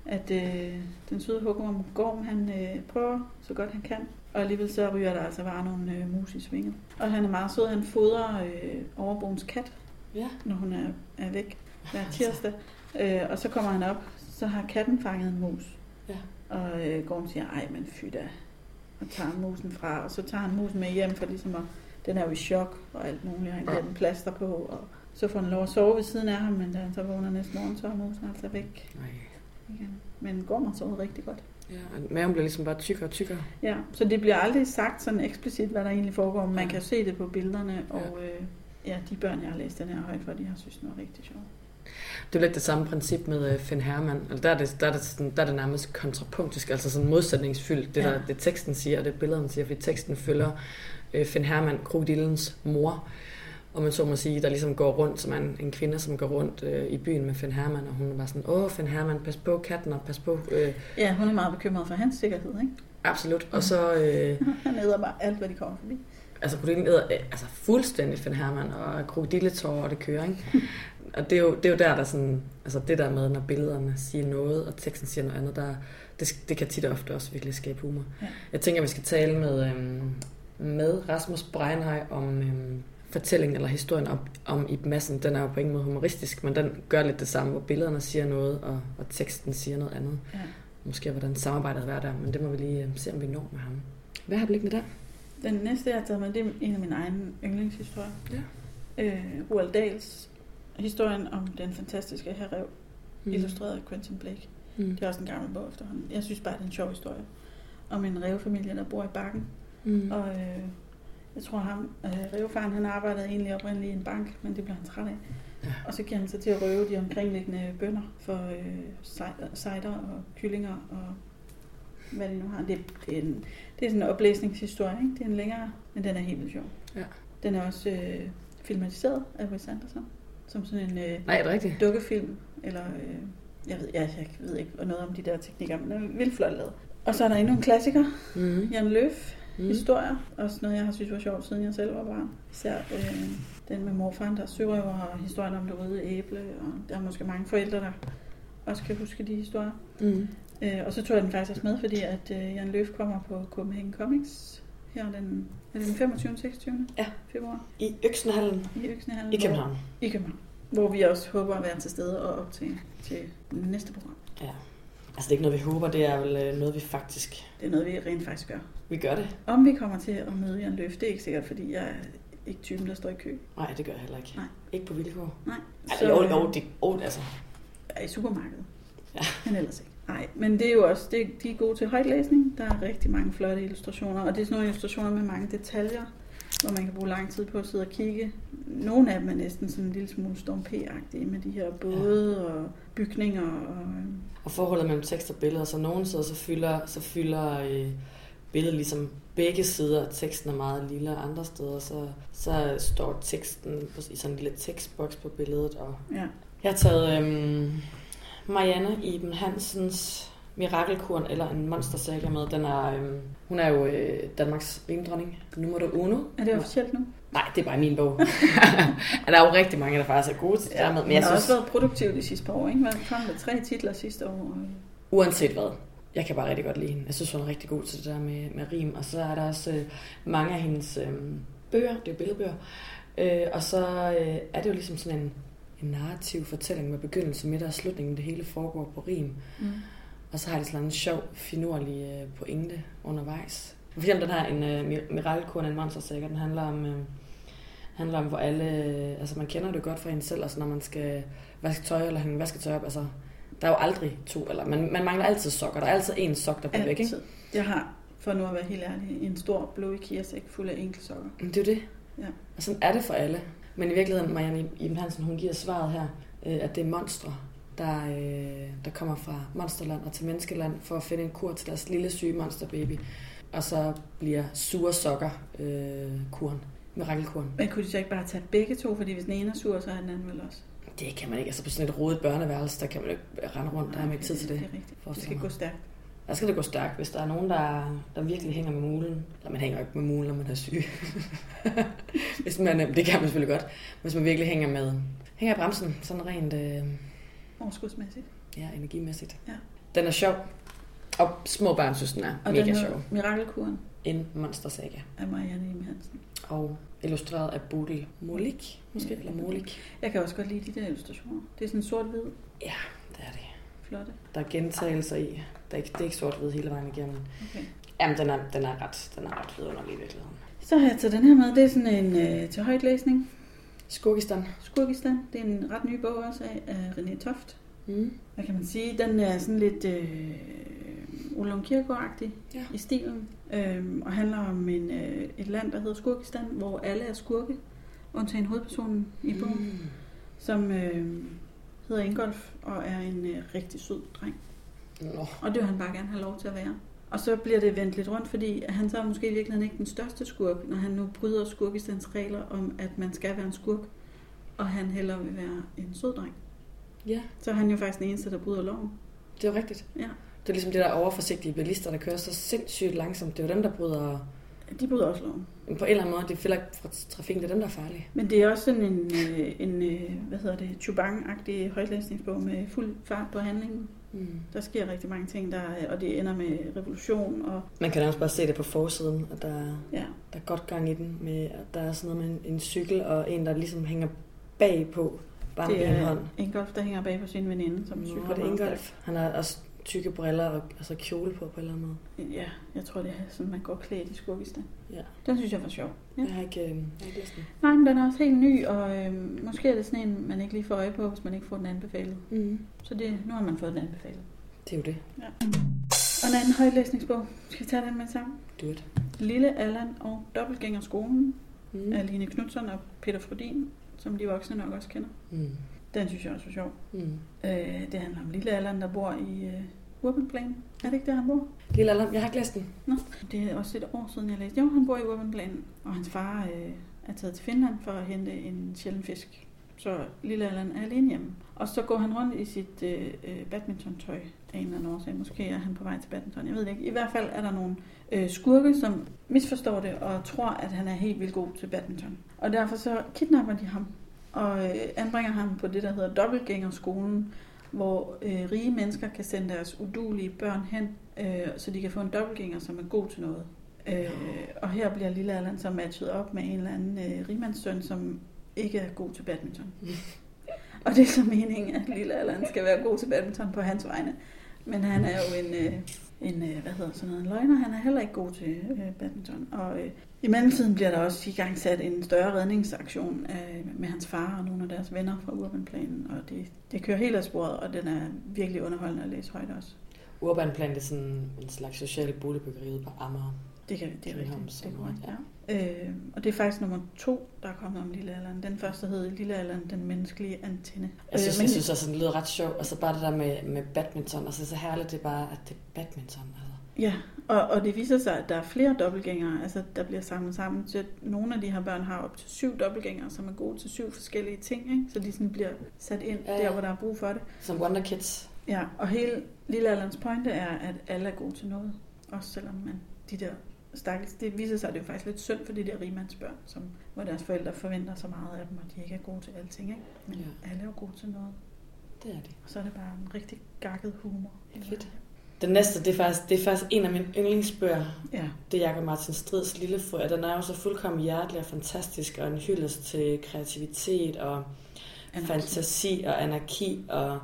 at den søde hugorm Gorm, han prøver så godt han kan, og alligevel så ryger der altså bare nogle mus i svinget. Og han er meget sød, han fodrer overboens kat, når hun er væk hver tirsdag. Og så kommer han op, så har katten fanget en mus. Ja. Og Gorm siger, ej, men fy da, og tager musen fra, og så tager han musen med hjem, for ligesom den er jo i chok og alt muligt, og han giver den plaster på, og så får han lov at sove ved siden af ham, men da han så vågner næste morgen, så er musen altså væk. Igen. Men Gorm har sovet rigtig godt. Ja, og maven bliver ligesom bare tykkere og tykkere. Ja, så det bliver aldrig sagt sådan eksplicit, hvad der egentlig foregår, men man kan se det på billederne, og de børn, jeg har læst den her højt for, de har synes, den var rigtig sjov. Det er lidt det samme princip med Finn Herman. Altså der er det nærmest kontrapunktisk, altså sådan modsætningsfyldt, det teksten siger, og det billederne siger, fordi teksten følger Finn Herman, krokodillens mor, og man så må sige, der ligesom går rundt, som en kvinde, som går rundt i byen med Finn Herman, og hun var sådan, Finn Herman, pas på katten, og pas på... Ja, hun er meget bekymret for hans sikkerhed, ikke? Absolut, og så... Han æder bare alt, hvad de kommer forbi. Altså, krokodillen æder fuldstændig Finn Herman, og krokodilletårer, og det kører, ikke? Og det er jo der, der sådan... Altså, det der med, når billederne siger noget, og teksten siger noget andet, det kan tit og ofte også virkelig skabe humor. Ja. Jeg tænker, vi skal tale med Rasmus Breinhøj om... fortællingen eller historien om Ib Madsen, den er jo på ingen måde humoristisk, men den gør lidt det samme, hvor billederne siger noget, og teksten siger noget andet. Ja. Måske hvordan samarbejdet er der, men det må vi lige se, om vi når med ham. Hvad har du liggende der? Den næste, jeg har taget med, det er en af mine egne yndlingshistorier. Ja. Roald Dahls historien om den fantastiske herrev, illustreret af Quentin Blake. Det er også en gammel bog efterhånden. Jeg synes bare, det er en sjov historie om en rævefamilie, der bor i Bakken. Og jeg tror rævefaren, han arbejdede egentlig oprindeligt i en bank, men det blev han træt af. Ja. Og så giver han sig til at røve de omkringliggende bønder for cider og kyllinger og hvad de nu har. Det er sådan en oplæsningshistorie, ikke? Det er en længere, men den er helt vildt sjov. Ja. Den er også filmatiseret af Wes Anderson, som sådan en dukkefilm, eller jeg ved ikke noget om de der teknikker, men den er vildt flot lavet. Og så er der endnu en klassiker, Jan Løf. Historier. Også noget, jeg har synes var sjovt, siden jeg selv var barn. Især den med morfaren, der er sørøver, og historien om det røde æble. Og der er måske mange forældre, der også kan huske de historier. Og så tog jeg den faktisk også med, fordi at Jan Løf kommer på Copenhagen Comics her den 25. 26. Februar. I Øksenhallen. I København. I København. Hvor vi også håber at være til stede og optage til næste program. Ja. Altså det er ikke noget, vi håber, det er vel noget, vi faktisk... Det er noget, vi rent faktisk gør. Vi gør det. Om vi kommer til at møde Jan Løf, det er ikke sikkert, fordi jeg er ikke typen, der står i kø. Nej, det gør jeg heller ikke. Nej. Ikke på vilkår. Nej. Altså. I supermarkedet. Ja. Men ellers ikke. Nej, men det er jo også, de er gode til højtlæsning. Der er rigtig mange flotte illustrationer, og det er sådan nogle illustrationer med mange detaljer, hvor man kan bruge lang tid på at sidde og kigge. Nogle af dem er næsten sådan en lille smule Storm P-agtige med de her både og bygninger. Og forholdet mellem tekst og billeder, så nogle sider så fylder billedet ligesom begge sider, teksten er meget lille, og andre steder så står teksten i sådan en lille tekstboks på billedet. Og jeg har taget Marianne Iben Hansens Mirakelkuren eller en monstersaga med. Den er, hun er jo Danmarks rimdronning. Nummer uno. Er det officielt nu? Nej, det er bare min bog. Der er jo rigtig mange, der faktisk er gode til det der med. Men jeg har også været produktiv de sidste par år, ikke? Hvad kom der 3 titler sidste år? Uanset hvad. Jeg kan bare rigtig godt lide hende. Jeg synes, hun er rigtig god til det der med rim. Og så er der også mange af hendes bøger. Det er billedbøger. Og så er det jo ligesom sådan en narrativ fortælling med begyndelse, midt og slutningen. Det hele foregår på rim. Og så har de sådan en sjov, finurlig pointe undervejs. For eksempel den her en Mirakelkuren, en monstersaga, den handler om, hvor alle... Altså man kender det godt fra en selv, altså når man skal vaske tøj eller hænge vasketøj op, altså der er jo aldrig 2, eller man mangler altid sokker. Der er altid en sok, der bliver væk, ikke? Jeg har, for nu at være helt ærlig, en stor blå IKEA-sæk fuld af enkeltsokker. Det er jo det. Ja. Og sådan er det for alle. Men i virkeligheden, Marianne Iben Hansen, hun giver svaret her, at det er monstre, der kommer fra monsterland og til menneskeland for at finde en kur til deres lille syge monsterbaby. Og så bliver sure sokker kuren. Mirakelkuren. Men kunne de så ikke bare tage begge to, fordi hvis den ene er sur, så er den anden vel også? Det kan man ikke. Altså på sådan et rodet børneværelse, der kan man ikke rende rundt. Der er ikke tid til det. Det er rigtigt. Det skal gå stærkt. Der skal det gå stærkt, hvis der er nogen, der virkelig hænger med mulen. Eller man hænger ikke med mulen, når man er syg. Det kan man selvfølgelig godt. Hvis man virkelig hænger i bremsen, sådan rent... overskudsmæssigt. Ja, energimæssigt. Ja. Den er sjov. Og små børn synes, den er og mega den sjov. Mirakelkuren En monstersaga. af Marianne Im Hansen. Og illustreret af Bodil Molik, måske, eller Molik. Jeg kan også godt lide de der illustrationer. Det er sådan sort-hvid. Ja, det er det. Flotte. Der er gentagelser i. Det er ikke sort-hvid hele vejen igennem. Okay. Jamen, den er ret vidunderlig i virkeligheden. Så har jeg taget den her med. Det er sådan en til højtlæsning. Skurkistan. Skurkistan. Det er en ret ny bog også af René Toft. Mm. Hvad kan man sige? Den er sådan lidt Ole Lund Kirkegaard-agtig i stilen. Og handler om et land, der hedder Skurkistan, hvor alle er skurke, undtagen hovedpersonen i bogen, som hedder Ingolf og er en rigtig sød dreng. Og det vil han bare gerne have lov til at være. Og så bliver det vendt lidt rundt, fordi han så er måske i virkeligheden ikke den største skurk, når han nu bryder Skurkistans regler om, at man skal være en skurk, og han hellere vil være en sød dreng. Ja. Så er han jo faktisk den eneste, der bryder loven. Det er jo rigtigt. Ja. Det er ligesom de der overforsigtige bilister, der kører så sindssygt langsomt. Det er jo dem, der bryder... De bryder også loven. På en eller anden måde, de fælder fra trafikken, det er dem, der er farlige. Men det er også sådan en Chubang-agtig højtlæsningsbog med fuld fart på handlingen. Mm. Der sker rigtig mange ting, og det ender med revolution. Og man kan også bare se det på forsiden, at der er godt gang i den. Med, at der er sådan noget med en cykel og en, der ligesom hænger bagpå. Bare det med en hånd. Ingolf, der hænger bag på sin veninde, som cykler. Det er Ingolf. Han har også tykke briller og altså kjole på en eller anden måde. Ja, jeg tror, det er sådan, man går klædt i Skurkistan. Ja. Den synes jeg var sjov. Ja. Jeg har ikke læst den. Nej, men den er også helt ny, og måske er det sådan en, man ikke lige får øje på, hvis man ikke får den anbefalet. Mm. Så nu har man fået den anbefalet. Det er jo det. Ja. Og en anden højtlæsningsbog. Skal vi tage den med sammen? Do it. Lille Allan og Dobbeltgængerskolen af Line Knutzon og Peter Frodin, som de voksne nok også kender. Mm. Den synes jeg også er sjov. Mm. Det handler om Lille Allan, der bor i Urbanplanen. Er det ikke der, han bor? Lille Allan, jeg har ikke læst den. Nå, det er også et år siden, jeg læste. Jo, han bor i Urbanplanen, og hans far er taget til Finland for at hente en sjælden fisk. Så Lille Allan er alene hjemme. Og så går han rundt i sit badmintontøj af en eller anden årsag. Måske er han på vej til badminton, jeg ved det ikke. I hvert fald er der nogle skurke, som misforstår det og tror, at han er helt vildt god til badminton. Og derfor så kidnapper de ham og anbringer ham på det, der hedder Dobbeltgængerskolen, hvor rige mennesker kan sende deres uduelige børn hen, så de kan få en dobbeltgænger, som er god til noget. Og her bliver Lille Allan så matchet op med en eller anden rigmandssøn, som ikke er god til badminton. Og det er så meningen, at Lille Allan skal være god til badminton på hans vegne. Men han er jo en løgner. Han er heller ikke god til badminton. Og i mellemtiden bliver der også i gang sat en større redningsaktion med hans far og nogle af deres venner fra Urbanplanen. Og det kører helt af sporet, og den er virkelig underholdende at læse højt også. Urbanplanen er sådan en slags social boligbyggeri på Amager. Det er rigtigt. Det er korrekt, ja. Og det er faktisk nummer 2, der er kommet om Lille Allan. Den første hed Lille Allan, den menneskelige antenne. Jeg synes også, det lyder ret sjovt. Og så bare det der med badminton. Og så herligt det bare, at det er badminton. Altså. Ja, og det viser sig, at der er flere dobbeltgængere, altså der bliver samlet sammen. Så nogle af de her børn har op til 7 dobbeltgængere, som er gode til 7 forskellige ting. Ikke? Så de sådan bliver sat ind der, hvor der er brug for det. Som Wonder Kids. Ja, og hele Lille Allans pointe er, at alle er gode til noget. Også selvom man de der stakkels, det viser sig, at det er faktisk lidt synd for de der rigmandsbørn, hvor deres forældre forventer så meget af dem, og de ikke er gode til alting. Ikke? Men alle er jo gode til noget. Det er det. Og så er det bare en rigtig gakket humor. Fedt. Den næste, det er faktisk en af mine yndlingsbøger. Ja. Det er Jakob Martin Strids Lillefrø. Den er jo så fuldkommen hjertelig og fantastisk, og en hyldest til kreativitet og fantasi og anarki og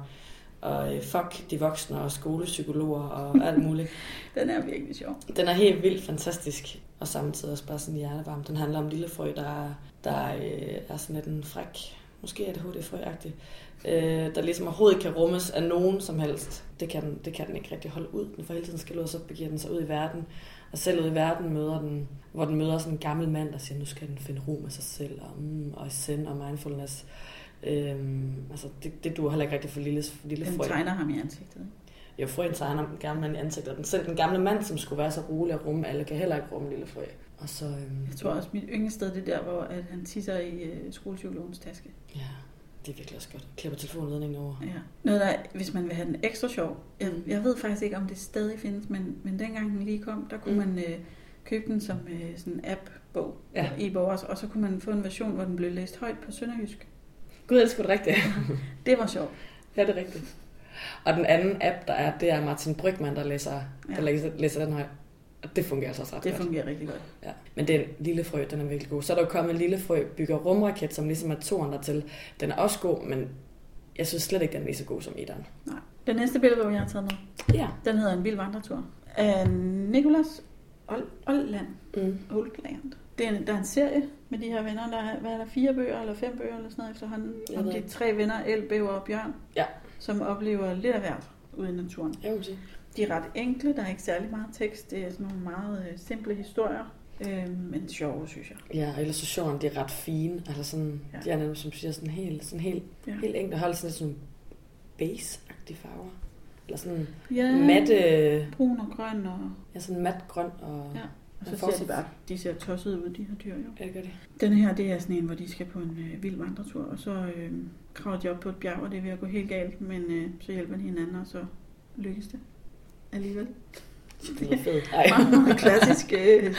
fuck de voksne og skolepsykologer og alt muligt. Den er virkelig sjov. Den er helt vildt fantastisk, og samtidig også bare sådan hjertevarm. Den handler om Lillefrø, der er sådan lidt en fræk, måske er det HD-frø-agtigt, der ligesom overhovedet ikke kan rummes af nogen som helst. Det kan den ikke rigtig holde ud. Den for hele tiden skal ud, og så begiver den sig ud i verden. Og selv ud i verden hvor den møder sådan en gammel mand, der siger, nu skal den finde ro med sig selv, og zen og mindfulness. Altså det duer heller ikke rigtig for Lillefrø. Den tegner ham i ansigtet, ikke? Jo, frøen tegner den gamle mand i ansigtet. Selv den gamle mand, som skulle være så rolig og rumme alle, kan heller ikke rumme Lillefrø. Og så, jeg tror også, mit yndlingssted, det der, hvor at han tisser i skolepsykologens taske. Ja, det er virkelig også godt. Klipper telefonledningen over. Ja. Noget der, hvis man vil have den ekstra sjov. Jeg ved faktisk ikke, om det stadig findes, men dengang den lige kom, der kunne man købe den som sådan en app-bog i Bogers, og så kunne man få en version, hvor den blev læst højt på sønderjysk. Gud, det er sgu da rigtigt. Det var sjovt. Ja, det er rigtigt. Og den anden app, der er, det er Martin Brygmann, der læser den højt. Og det fungerer altså også ret godt. Det fungerer rigtig godt. Ja. Men den lille frø, den er virkelig god. Så er der jo kommet en lille frø, bygger rumraket, som ligesom er toren dertil. Den er også god, men jeg synes slet ikke, den er lige så god som etteren. Nej. Den næste billede, jeg har taget med, den hedder En vild vandretur. Af Nicolas Oldland. Oldland. Der er en serie med de her venner. Hvad er der, 4 bøger eller 5 bøger eller sådan noget efterhånden? Om de 3 venner, El, Bæver og Bjørn, som oplever lidt af hvert ude i naturen. Jeg vil sige. De er ret enkle, der er ikke særlig meget tekst. Det er sådan nogle meget simple historier, men sjove, synes jeg. Ja, og illustrationerne, de er ret fine. Altså sådan, de er nemlig, som siger, sådan helt enkelt. Holder sådan sådan beige-agtige farver. Eller sådan matte... brun og grøn og... Ja, sådan mat grøn og... Ja. Og så ser de ser tossede ud, de her dyr jo. Ja, det gør de. Denne her, det er sådan en, hvor de skal på en vild vandretur, og så kravler de op på et bjerg, og det er ved at gå helt galt, men så hjælper de hinanden, og så lykkes det alligevel. Det er fedt. Meget, meget klassisk,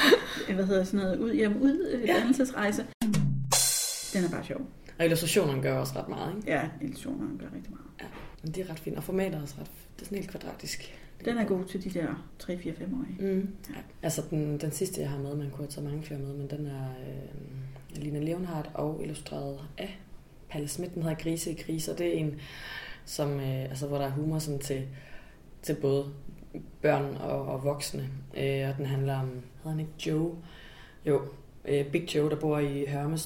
ud dannelsesrejse. Den er bare sjov. Og illustrationerne gør også ret meget, ikke? Ja, illustrationerne gør rigtig meget. Ja, men det er ret fint, og formatet er også ret... Det er sådan helt kvadratisk. Den er god til de der 3-4-5-årige. Ja. Altså den sidste, jeg har med, man kunne have taget mange flere med, men den er Lina Leonhardt og illustreret af Palle Schmidt. Den hedder Grise i krise, og det er en, som, hvor der er humor sådan til både børn og voksne. Og den handler om, hedder han ikke Joe? Jo, Big Joe, der bor i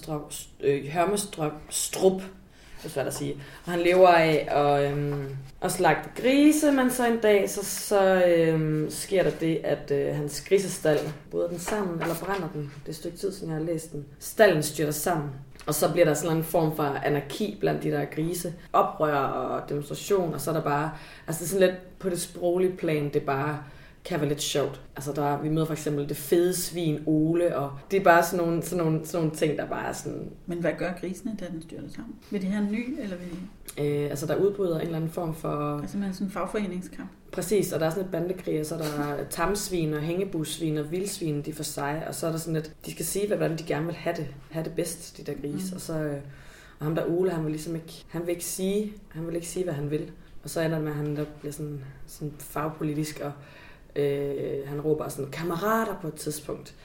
Hørmestrup. Det er svært at sige. Og han lever af at slagte grise, men så en dag, så sker der det, at hans grisestal bryder den sammen, eller brænder den. Det er et stykke tid, siden jeg har læst den. Stallen styrter sammen, og så bliver der sådan en form for anarki blandt de der grise. Oprør og demonstration, og så er der bare, altså det er sådan lidt på det sproglige plan, det bare kan være lidt sjovt. Altså vi møder for eksempel det fede svin Ole, og det er bare sådan nogle ting, der bare er sådan... Men hvad gør grisene, da den styrter sammen? Vil de have en ny, eller vil de... der udbryder en eller anden form for... Altså man sådan en fagforeningskamp? Præcis, og der er sådan et bandekrig, og så er der tamsvin og hængebussvin og vildsvin, de for sig, og så er der sådan et... De skal sige, hvordan de gerne vil have det bedst, de der grise, og så... Og ham der Ole, han vil ikke sige, hvad han vil. Og så ender det med, at han der bliver sådan fagpolitisk, og han råber sådan kammerater på et tidspunkt,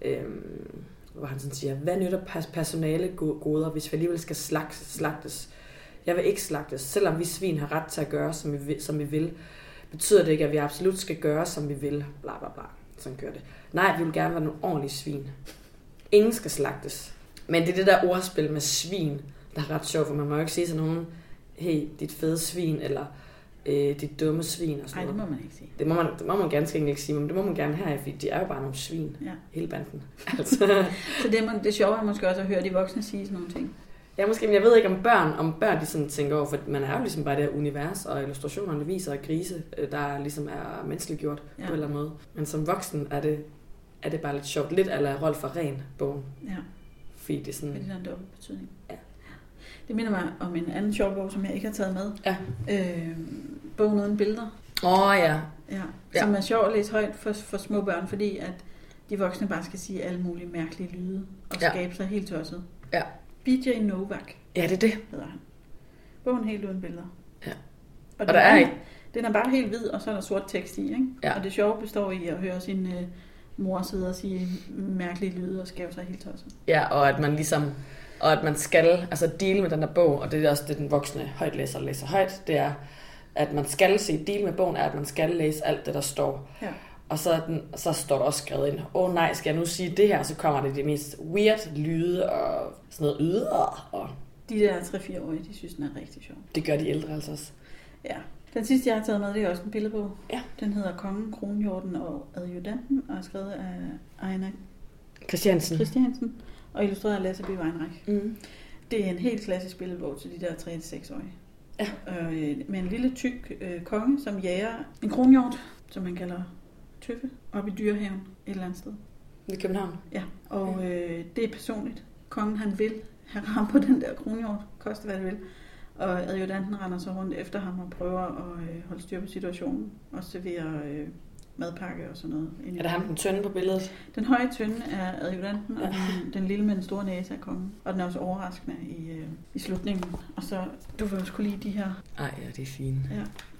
hvor han sådan siger, hvad nytter personale goder, hvis vi alligevel skal slagtes? Jeg vil ikke slagtes, selvom vi svin har ret til at gøre, som vi vil. Betyder det ikke, at vi absolut skal gøre, som vi vil? Bla bla bla. Sådan gør det. Nej, vi vil gerne være nogle ordentlige svin. Ingen skal slagtes. Men det er det der ordspil med svin, der er ret sjovt, for man må jo ikke sige til nogen, hey, dit fede svin, eller dit dumme svin og sådan noget. Nej, det må man ikke sige. Det må man ganske ikke sige, men det må man gerne have, fordi de er jo bare nogle svin. Ja. Hele banden. Altså. Så det sjove er måske også at høre de voksne sige sådan nogle ting. Ja, måske, men jeg ved ikke om børn de sådan tænker over, for man er jo ligesom bare det her univers, og illustrationerne viser grise, der ligesom er menneskeliggjort på en eller anden måde. Men som voksen er det bare lidt sjovt. Lidt eller Rolf og Ren bogen. Ja. Fordi det er sådan... Med det der en dobbelt betydning. Ja. Det minder mig om en anden sjov bog, som jeg ikke har taget med. Ja. Bogen uden billeder. Ja. Som er sjov at læse højt for små børn, fordi at de voksne bare skal sige alle mulige mærkelige lyde og skabe sig helt tosset. Ja. BJ Novak. Ja, det er det. Hedder han. Bogen helt uden billeder. Ja. Og der er ikke. Den er bare helt hvid, og så er der sort tekst i, ikke? Ja. Og det sjove består i at høre sin mor sidde og sige mærkelige lyde og skabe sig helt tosset. Ja, og at man ligesom... Og at man skal deale med den der bog, og det er også det, den voksne højtlæser læser højt, det er, at man skal deal med bogen, er, at man skal læse alt det, der står. Ja. Og så står der også skrevet ind, nej, skal jeg nu sige det her, så kommer det de mest weird lyde og sådan noget yder. Og de der 3-4-årige, de synes, den er rigtig sjov. Det gør de ældre altså også. Ja. Den sidste, jeg har taget med, det er også en billedbog. Ja. Den hedder Kongen, Kronhjorten og Adjudanten, og er skrevet af Ejner Christiansen. Og illustreret af Lasse B. Weinreich. Mm. Det er en helt klassisk billedbog til de der 3-6-årige. Ja. Med en lille tyk konge, som jager en kronhjort, som man kalder Tøffe, op i Dyrehaven et eller andet sted. I København? Ja, og det er personligt. Kongen, han vil have ram på den der kronhjort, koste hvad det vil. Og adjudanten render så rundt efter ham og prøver at holde styr på situationen og servere madpakke og sådan noget. Er det ham den tynde på billedet? Den høje tynde er adjudanten, og den lille med den store næse er kongen. Og den er også overraskende i slutningen. Og så, du vil også kunne lide de her. Ej, ja, det er fint. Ja.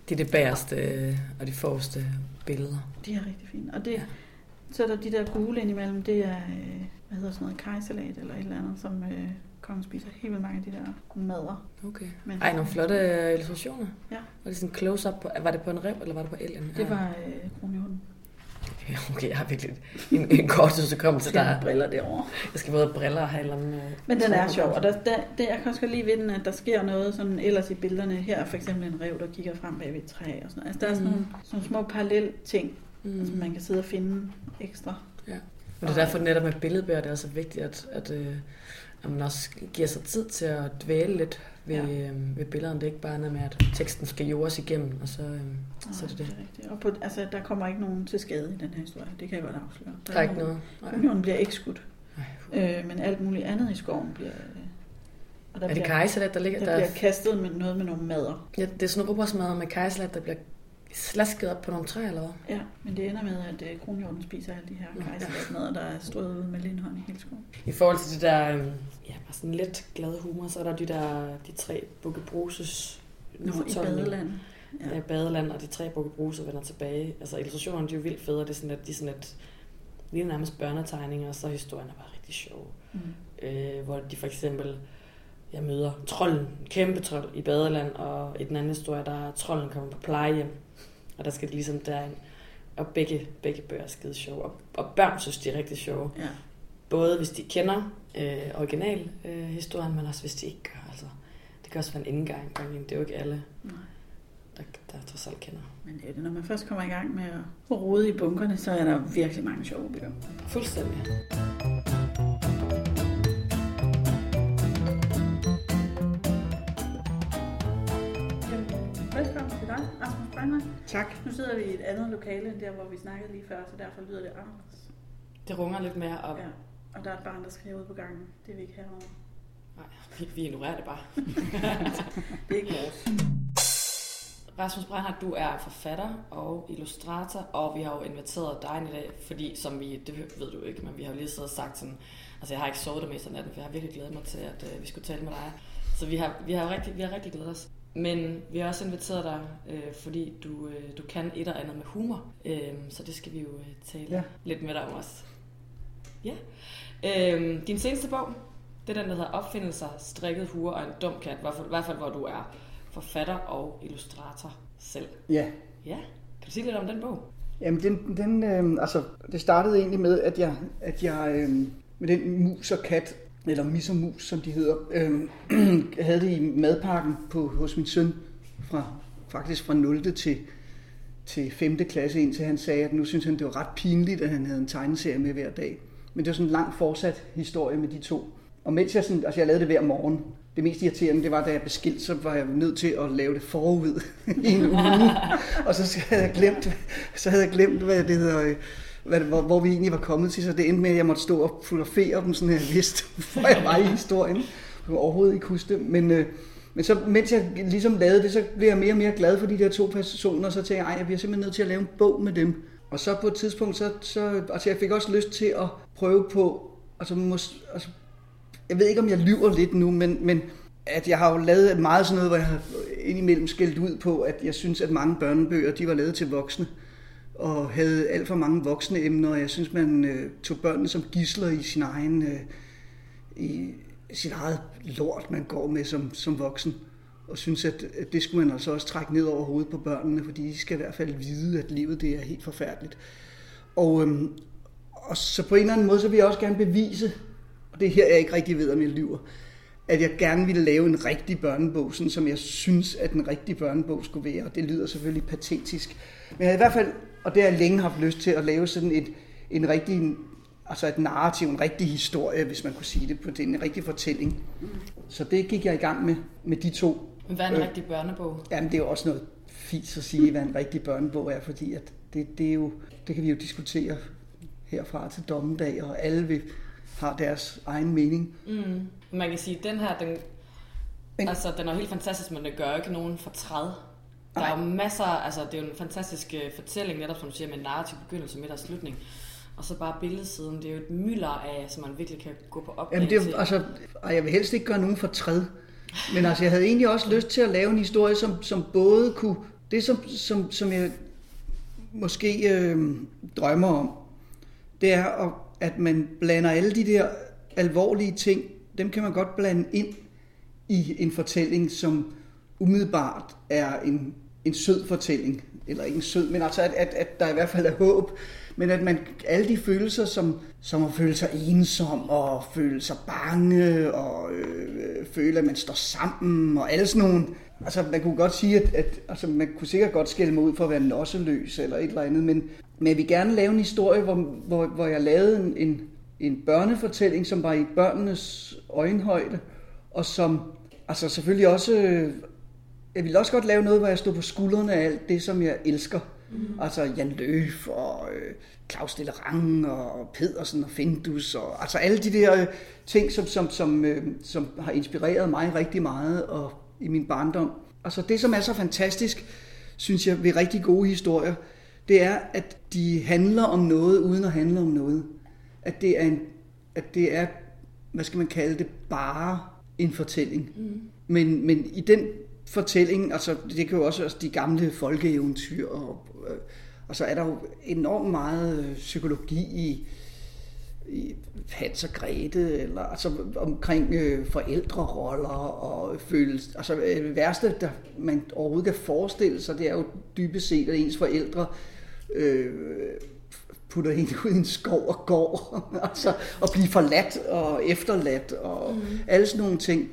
Det er det bagerste og de forreste billeder. De er rigtig fine. Og det, så er der de der gule indimellem, det er, hvad hedder sådan noget, kajsalat eller et eller andet, som kongen spiser helt vildt mange af de der madder. Okay. Ej, nogle flotte illustrationer. Ja. Var det sådan close-up på, var det på en rev, eller var det på alien? Det var kronhjorten. Okay, jeg har virkelig en kort hukommelse, der er briller derovre. Jeg skal både have briller og have en eller anden... Men den er sjov, og jeg kan også godt lide ved den, at der sker noget sådan ellers i billederne. Her er for eksempel en rev, der kigger frem bag ved et træ og sådan noget. Altså der er sådan nogle små parallelle ting, som man kan sidde og finde ekstra. Ja. Men det er derfor netop med billedbøger, det er også vigtigt, at man også giver sig tid til at dvæle lidt ved billederne. Det er ikke bare noget med, at teksten skal jordes igennem, og så er det det. Det er rigtigt. Og altså, der kommer ikke nogen til skade i den her historie. Det kan jeg godt afsløre. Der er ikke noget. Kronhjorten bliver ikke skudt. Men alt muligt andet i skoven bliver... Og der er det kajsalat, der ligger der? Der bliver kastet med noget med nogle madder. Ja, det er sådan nogle rugbrødsmadder med kajsalat, der bliver slasket op på nogle træer, eller hvad? Ja, men det ender med, at kronhjorten spiser alle de her kajsalatmadder, der er strøget ud med lindhånd i hele skoven. I forhold til det der, bare sådan lidt glad humor, så er der de tre Bukke Bruses i badeland. Ja, badeland, og de tre Bukke Bruser vender tilbage. Altså illustrationerne, de er jo vildt fede, og det er sådan lidt lige nærmest børnetegninger, og så historien er bare rigtig sjov. Hvor de for eksempel møder trolden, en kæmpe trold i badeland, og i den anden historie, der er trolden kommer på plejehjem, og der skal det ligesom derind. Og begge bøger er skide sjove, og børn synes, de er rigtig sjove. Ja. Både hvis de kender originalhistorien, men også hvis de ikke gør. Altså, det kan også være en indgang. Det er jo ikke alle, der trods alt kender. Men når man først kommer i gang med at rode i bunkerne, så er der virkelig mange sjove bøger. Fuldstændig. Velkommen til dig, Rasmus Breinholt. Tak. Nu sidder vi i et andet lokale end der, hvor vi snakkede lige før, så derfor lyder det anderledes. Det runger lidt mere op. Ja, og der er et barn, der skriver ud på gangen. Det er vi ikke herovre. Nej, vi ignorerer det bare. Det er ikke vores. Rasmus Breinholt, du er forfatter og illustrator, og vi har jo inviteret dig i dag, fordi det ved du ikke, men vi har jo lige siddet og sagt sådan, altså jeg har ikke sovet det mest af natten, for jeg har virkelig glædet mig til, at vi skulle tale med dig. Så vi har rigtig glædet os. Men vi har også inviteret dig, fordi du kan et og andet med humor, så det skal vi jo tale lidt med dig om også. Ja. Din seneste bog, det er den, der hedder Opfindelser, strikket hue og en dum kat, i hvert fald hvor du er forfatter og illustrator selv. Ja. Ja. Kan du sige lidt om den bog? Jamen, det startede egentlig med, at jeg med den mus og kat, eller mis og mus, som de hedder, havde det i madpakken hos min søn, faktisk fra 0. til 5. klasse, indtil han sagde, at nu synes han, det var ret pinligt, at han havde en tegneserie med hver dag. Men det var sådan en lang fortsat historie med de to. Og mens jeg jeg lavede det hver morgen, det mest irriterende, det var, da jeg blev skilt, så var jeg nødt til at lave det forud i en uge. Og så havde jeg glemt, hvad det hedder, hvor vi egentlig var kommet til, så det endte med, at jeg måtte stå og fotografere dem, sådan at jeg vidste, hvor jeg var i historien. Jeg kunne overhovedet ikke huske det, men så, mens jeg ligesom lavede det, så blev jeg mere og mere glad for de der to personer, og så tænkte jeg bliver simpelthen nødt til at lave en bog med dem. Og så på et tidspunkt, jeg fik også lyst til at prøve på, jeg ved ikke, om jeg lyver lidt nu, men at jeg har jo lavet meget sådan noget, hvor jeg har indimellem skældt ud på, at jeg synes, at mange børnebøger, de var lavet til voksne, og havde alt for mange voksne emner, og jeg synes, man tog børnene som gidsler i sit eget lort, man går med som voksen, og synes, at det skulle man altså også trække ned over hovedet på børnene, fordi de skal i hvert fald vide, at livet det er helt forfærdeligt. Og så på en eller anden måde, så vil jeg også gerne bevise, og det er her, jeg ikke rigtig ved, om jeg lyver, at jeg gerne ville lave en rigtig børnebog, sådan som jeg synes, at en rigtig børnebog skulle være, og det lyder selvfølgelig patetisk. Men jeg har i hvert fald, og det har jeg længe haft lyst til, at lave sådan en rigtig, altså et narrativ, en rigtig historie, hvis man kunne sige det, på det, en rigtig fortælling. Så det gik jeg i gang med de to. Men hvad er en rigtig børnebog? Jamen, det er jo også noget fint at sige, hvad en rigtig børnebog er, fordi at det kan vi jo diskutere herfra til dommedag, og alle har deres egen mening. Man kan sige, at den her, den er helt fantastisk, men det gør ikke nogen fortræd. Der er jo masser, altså det er jo en fantastisk fortælling, netop som du siger, med en narrativ begyndelse, midt og slutning. Og så bare billedsiden, det er jo et mylder af, som man virkelig kan gå på opdagelse. Jamen det er, altså, jeg vil helst ikke gøre nogen fortræd, men altså jeg havde egentlig også lyst til at lave en historie, som både kunne det som jeg måske drømmer om, det er, at man blander alle de der alvorlige ting, dem kan man godt blande ind i en fortælling, som umiddelbart er en sød fortælling. Eller ikke en sød, men altså at der i hvert fald er håb. Men at man alle de følelser, som at føle sig ensom, og føle sig bange, og føle, at man står sammen, og alle sådan nogle. Altså man kunne godt sige, at altså, man kunne sikkert godt skælde mig ud for at være nosseløs, eller et eller andet, men jeg vil gerne lave en historie, hvor jeg lavede en børnefortælling, som var i børnenes øjenhøjde, og som altså selvfølgelig også. Jeg ville også godt lave noget, hvor jeg stod på skuldrene af alt det, som jeg elsker. Altså Jan Løf og Claus Dellerang og Pedersen og Findus og altså alle de der ting, som har inspireret mig rigtig meget og i min barndom. Altså det, som er så fantastisk, synes jeg, ved rigtig gode historier, det er, at de handler om noget uden at handle om noget. At det er, hvad skal man kalde det, bare en fortælling. Men i den fortælling, altså det kan jo også de gamle folkeeventyr, og så er der jo enormt meget psykologi i Hans og Grete, eller altså omkring forældreroller og følelser. Altså det værste, der man overhovedet kan forestille sig, det er jo dybest set, at ens forældre putter en ud i en skov og går, altså og blive forladt og efterladt og alle sådan nogle ting.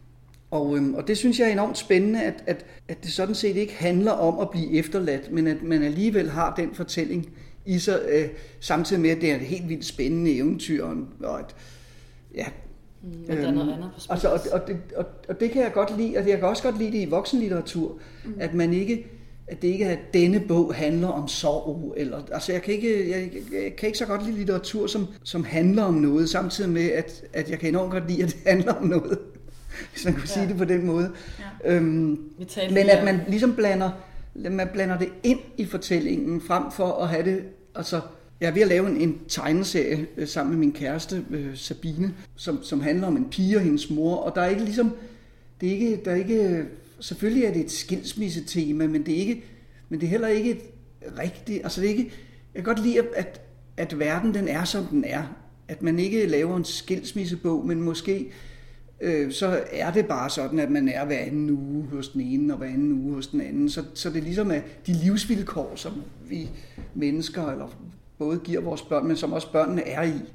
Og det synes jeg er enormt spændende, at det sådan set ikke handler om at blive efterladt, men at man alligevel har den fortælling i sig, samtidig med, at det er et helt vildt spændende eventyr. Og at, ja, der er noget andet på spil. Altså, og det kan jeg godt lide, og jeg kan også godt lide det i voksenlitteratur, at det ikke er, at denne bog handler om sorg. Eller, altså jeg kan ikke så godt lide litteratur, som handler om noget, samtidig med, at jeg kan enormt godt lide, at det handler om noget. Hvis man kunne sige det på den måde. Ja. Men at man ligesom blander det ind i fortællingen, frem for at have det. Altså, jeg er ved at lave en tegneserie sammen med min kæreste, Sabine, som handler om en pige og hendes mor, og der er ikke ligesom, selvfølgelig er det et skilsmissetema, men det er heller ikke et rigtigt, altså det er ikke, jeg kan godt lide, at verden den er, som den er. At man ikke laver en skilsmissebog, men måske så er det bare sådan, at man er hver anden uge hos den ene og hver anden uge hos den anden. Så det ligesom er de livsvilkår, som vi mennesker eller både giver vores børn, men som også børnene er i.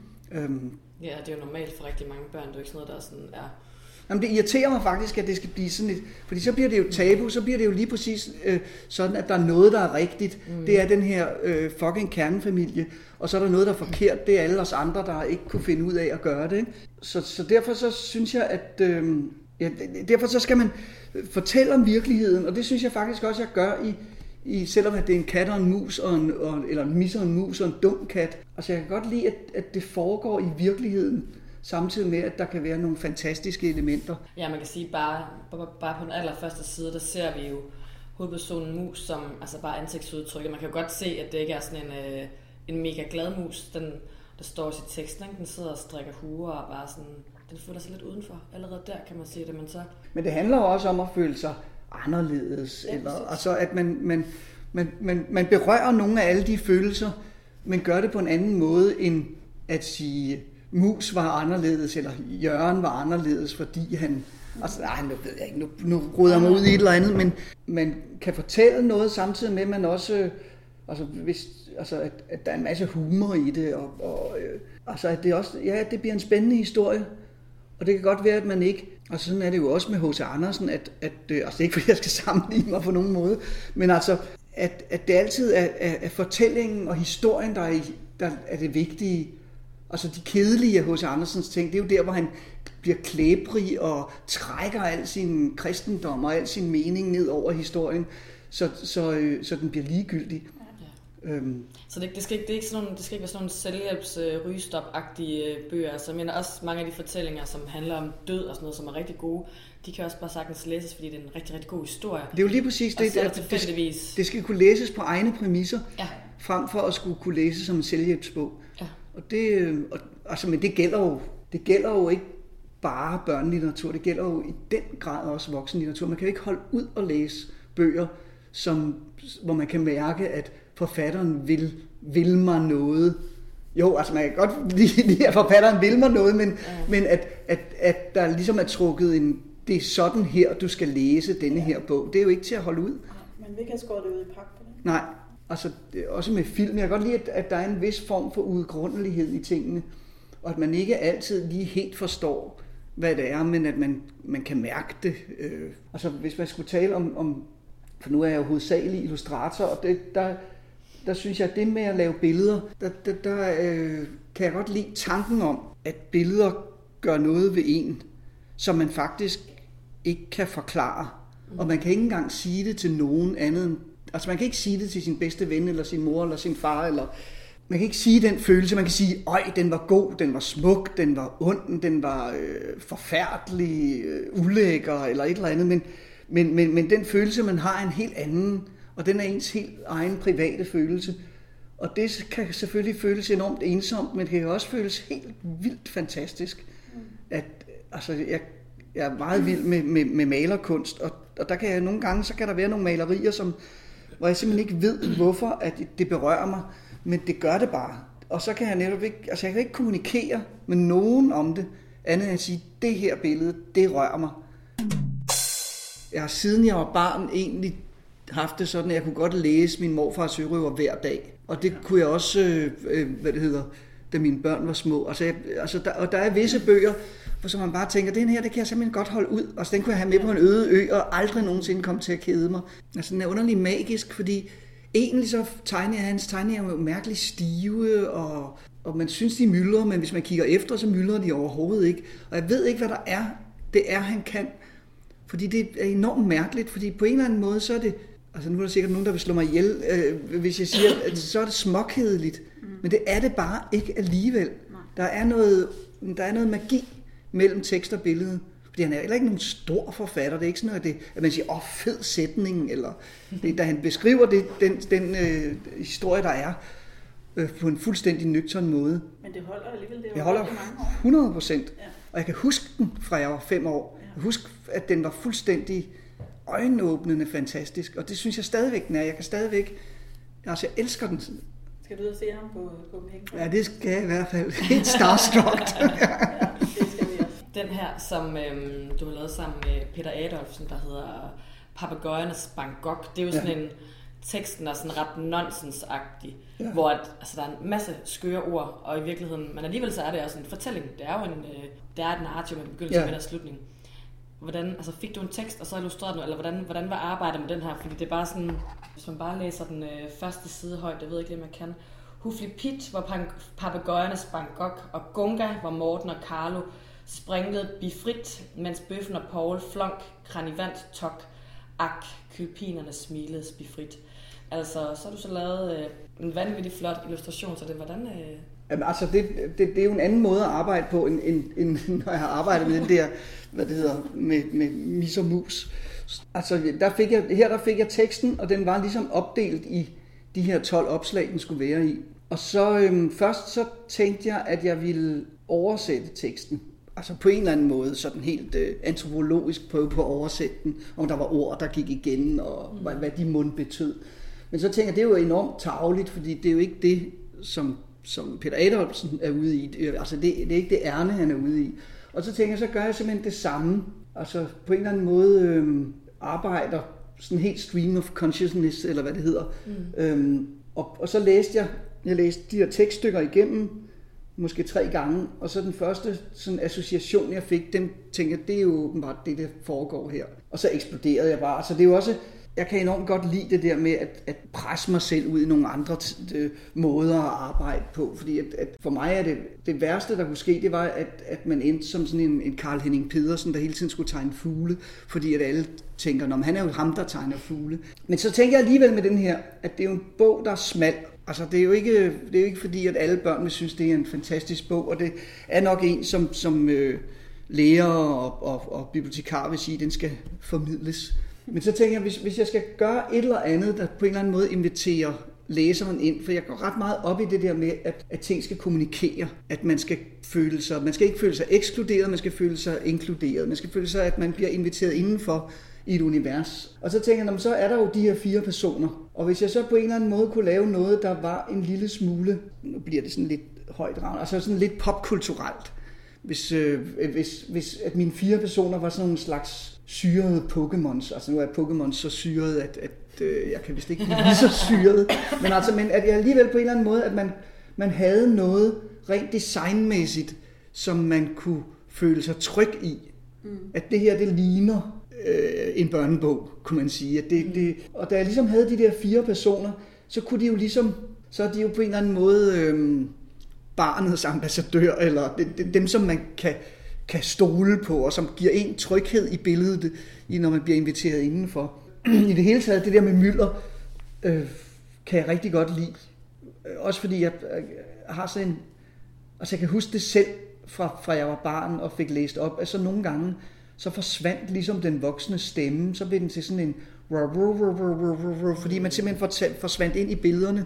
Ja, det er jo normalt for rigtig mange børn. Det er jo ikke sådan noget, der sådan er. Jamen, det irriterer mig faktisk, at det skal blive sådan et. Fordi så bliver det jo tabu, så bliver det jo lige præcis sådan, at der er noget, der er rigtigt. Det er den her fucking kernefamilie. Og så er der noget, der er forkert. Det er alle os andre, der ikke kunne finde ud af at gøre det. Ikke? Så derfor så synes jeg, at derfor så skal man fortælle om virkeligheden. Og det synes jeg faktisk også, jeg gør selvom at det er en kat og en mus, eller en mis og en mus og en dum kat. Altså jeg kan godt lide, at det foregår i virkeligheden. Samtidig med, at der kan være nogle fantastiske elementer. Ja, man kan sige, bare på den allerførste side, der ser vi jo hovedpersonen mus som altså bare ansigtsudtryk. Man kan jo godt se, at det ikke er sådan en mega glad mus, der står i sit tekst. Den sidder og strikker huer og bare sådan, den føler sig lidt udenfor. Allerede der kan man se det, men det handler også om at føle sig anderledes. Ja, eller, altså at man berører nogle af alle de følelser, men gør det på en anden måde, end at sige, Mus var anderledes, eller Jørgen var anderledes, fordi han. Altså, nu ved jeg ikke, nu roder jeg mig ud i et eller andet, men man kan fortælle noget samtidig med, at man også. At der er en masse humor i det, og at det også. Ja, det bliver en spændende historie, og det kan godt være, at man ikke. Og sådan er det jo også med H.C. Andersen, at altså ikke fordi jeg skal sammenligne mig på nogen måde, men altså, at det altid er fortællingen og historien, der er det vigtige. Altså de kedelige af H.C. Andersens ting, det er jo der, hvor han bliver klæbrig og trækker al sin kristendom og al sin mening ned over historien, så den bliver ligegyldig. Ja. Så det skal ikke være sådan nogle selvhjælps rygestop-agtige bøger. Altså, jeg mener også mange af de fortællinger, som handler om død og sådan noget, som er rigtig gode, de kan også bare sagtens læses, fordi det er en rigtig, rigtig god historie. Det er jo lige præcis det, det skal kunne læses på egne præmisser, ja. Frem for at skulle kunne læses som en selvhjælpsbog. Ja. Men det gælder jo ikke bare børnelitteratur, det gælder jo i den grad også voksenlitteratur. Man kan jo ikke holde ud og læse bøger, hvor man kan mærke, at forfatteren vil mig noget. Jo, altså man kan godt lide, at forfatteren vil mig noget, men at der ligesom er trukket det er sådan her, du skal læse denne her bog. Det er jo ikke til at holde ud. Man vil ikke have skåret det ud i pap på det. Nej, altså også med film. Jeg kan godt lide, at der er en vis form for udgrundelighed i tingene, og at man ikke altid lige helt forstår, hvad det er, men at man kan mærke det. Altså hvis man skulle tale om for nu er jeg jo hovedsagelig illustrator, og der synes jeg, at det med at lave billeder, der kan jeg godt lide tanken om, at billeder gør noget ved en, som man faktisk ikke kan forklare. Og man kan ikke engang sige det til nogen anden. Altså man kan ikke sige det til sin bedste ven, eller sin mor, eller sin far, eller man kan ikke sige den følelse. Man kan sige, øj, den var god, den var smuk, den var ond, den var forfærdelig, ulækker, eller et eller andet. Men den følelse, man har, er en helt anden, og den er ens helt egen private følelse. Og det kan selvfølgelig føles enormt ensomt, men det kan også føles helt vildt fantastisk. Altså, jeg er meget vild med malerkunst, og der kan jeg nogle gange, så kan der være nogle malerier, hvor jeg simpelthen ikke ved, hvorfor at det berører mig, men det gør det bare. Og så kan jeg netop ikke, altså jeg kan ikke kommunikere med nogen om det, andet end at sige, det her billede, det rører mig. Jeg har siden jeg var barn egentlig haft det sådan, at jeg kunne godt læse min morfars sørøver hver dag. Og det kunne jeg også, da mine børn var små. Og der er visse bøger, hvor man bare tænker, den her, det kan jeg simpelthen godt holde ud. Og så den kunne jeg have med på en øde ø, og aldrig nogensinde komme til at kede mig. Altså den er underlig magisk, fordi egentlig så hans tegninger er jo mærkeligt stive, og man synes, de myldrer, men hvis man kigger efter, så myldrer de overhovedet ikke. Og jeg ved ikke, hvad der er. Det er, han kan. Fordi det er enormt mærkeligt, fordi på en eller anden måde, så er det, altså nu er der sikkert nogen, der vil slå mig ihjel, hvis jeg siger, at så er det småkedeligt. Men det er det bare ikke alligevel. Der er noget magi mellem tekst og billede. Fordi han er heller ikke nogen stor forfatter. Det er ikke sådan noget, at man siger, fed sætning, eller da han beskriver den historie, der er, på en fuldstændig nøgtern måde. Men det holder alligevel, det holder 100%. Ja. Og jeg kan huske den, fra jeg var 5 år. Jeg husker, at den var fuldstændig øjenåbnende fantastisk, og det synes jeg stadigvæk den er. Jeg kan stadigvæk, altså jeg elsker den. Skal du ud og se ham på Pink? Ja, det skal jeg i hvert fald. Helt starstruck. Ja, det skal vi også. Den her, som du har lavet sammen med Peter Adolfsen, der hedder Papegøjernes Bangkok, det er jo sådan en, teksten er sådan ret nonsensagtig, hvor der er en masse skøre ord, og i virkeligheden, men alligevel så er det også en fortælling. Det er jo det er et narrativ med begyndelse, midt og slutning. Hvordan, altså fik du en tekst, og så illustrerede du, eller hvordan var arbejdet med den her? Fordi det er bare sådan, hvis man bare læser den første side højt, jeg ved ikke lige, om jeg kan. Hufli-Pit var Papegøjernes Bangkok, og Gunga var Morten og Carlo, springlede bifrit, mens bøffen og Paul flonk, kranivant tok, ak, kylpinerne smilede bifrit. Altså, så har du så lavet en vanvittig flot illustration, så det hvordan... Jamen, altså, det er jo en anden måde at arbejde på, end når jeg har arbejdet med den der, med mis og mus. Altså, der fik jeg teksten, og den var ligesom opdelt i de her 12 opslag, den skulle være i. Og så først så tænkte jeg, at jeg ville oversætte teksten. Altså på en eller anden måde, sådan helt antropologisk prøve på at oversætte den, om der var ord, der gik igen, og hvad de mund betød. Men så tænker jeg, det er jo enormt tarveligt, fordi det er jo ikke det, som Peter Adolfsen er ude i. Altså det er ikke det ærne, han er ude i. Og så tænker jeg, så gør jeg simpelthen det samme. Altså på en eller anden måde arbejder sådan helt stream of consciousness, eller hvad det hedder. Og så læste jeg læste de her tekststykker igennem, måske 3 gange, og så den første sådan association, jeg fik, dem tænkte jeg, det er jo åbenbart det, der foregår her. Og så eksploderede jeg bare. Så det er jo også, jeg kan enormt godt lide det der med at presse mig selv ud i nogle andre måder at arbejde på, fordi at for mig er det værste, der kunne ske, det var, at man endte som sådan en Carl Henning Pedersen, der hele tiden skulle tegne fugle, fordi at alle tænker, han er jo ham, der tegner fugle. Men så tænker jeg alligevel med den her, at det er jo en bog, der er smal. Altså det er jo ikke fordi, at alle børn vil synes, det er en fantastisk bog, og det er nok en, som lærer og bibliotekar vil sige, den skal formidles. Men så tænker jeg, hvis jeg skal gøre et eller andet, der på en eller anden måde inviterer læseren ind, for jeg går ret meget op i det der med, at ting skal kommunikere, at man skal ikke føle sig ekskluderet, man skal føle sig inkluderet, man skal føle sig, at man bliver inviteret indenfor i et univers. Og så tænker jeg, så er der jo de her 4 personer. Og hvis jeg så på en eller anden måde kunne lave noget, der var en lille smule, nu bliver det sådan lidt højdragende, altså sådan lidt popkulturelt. Hvis at mine 4 personer var sådan nogle slags syrede Pokémons, altså nu er Pokémon så syret, at jeg kan vist ikke blive lige så syret, men at jeg alligevel på en eller anden måde, at man havde noget rent designmæssigt, som man kunne føle sig tryg i. At det her, det ligner en børnebog, kunne man sige. Og da jeg ligesom havde de der 4 personer, så kunne de jo ligesom, så er de jo på en eller anden måde barnets ambassadør, eller dem, som man kan stole på, og som giver en tryghed i billedet, når man bliver inviteret indenfor. I det hele taget, det der med mylder, kan jeg rigtig godt lide. Også fordi jeg har sådan en, altså jeg kan huske det selv, fra jeg var barn og fik læst op, at så nogle gange, så forsvandt ligesom den voksne stemme, så blev den til sådan en fordi man simpelthen forsvandt ind i billederne.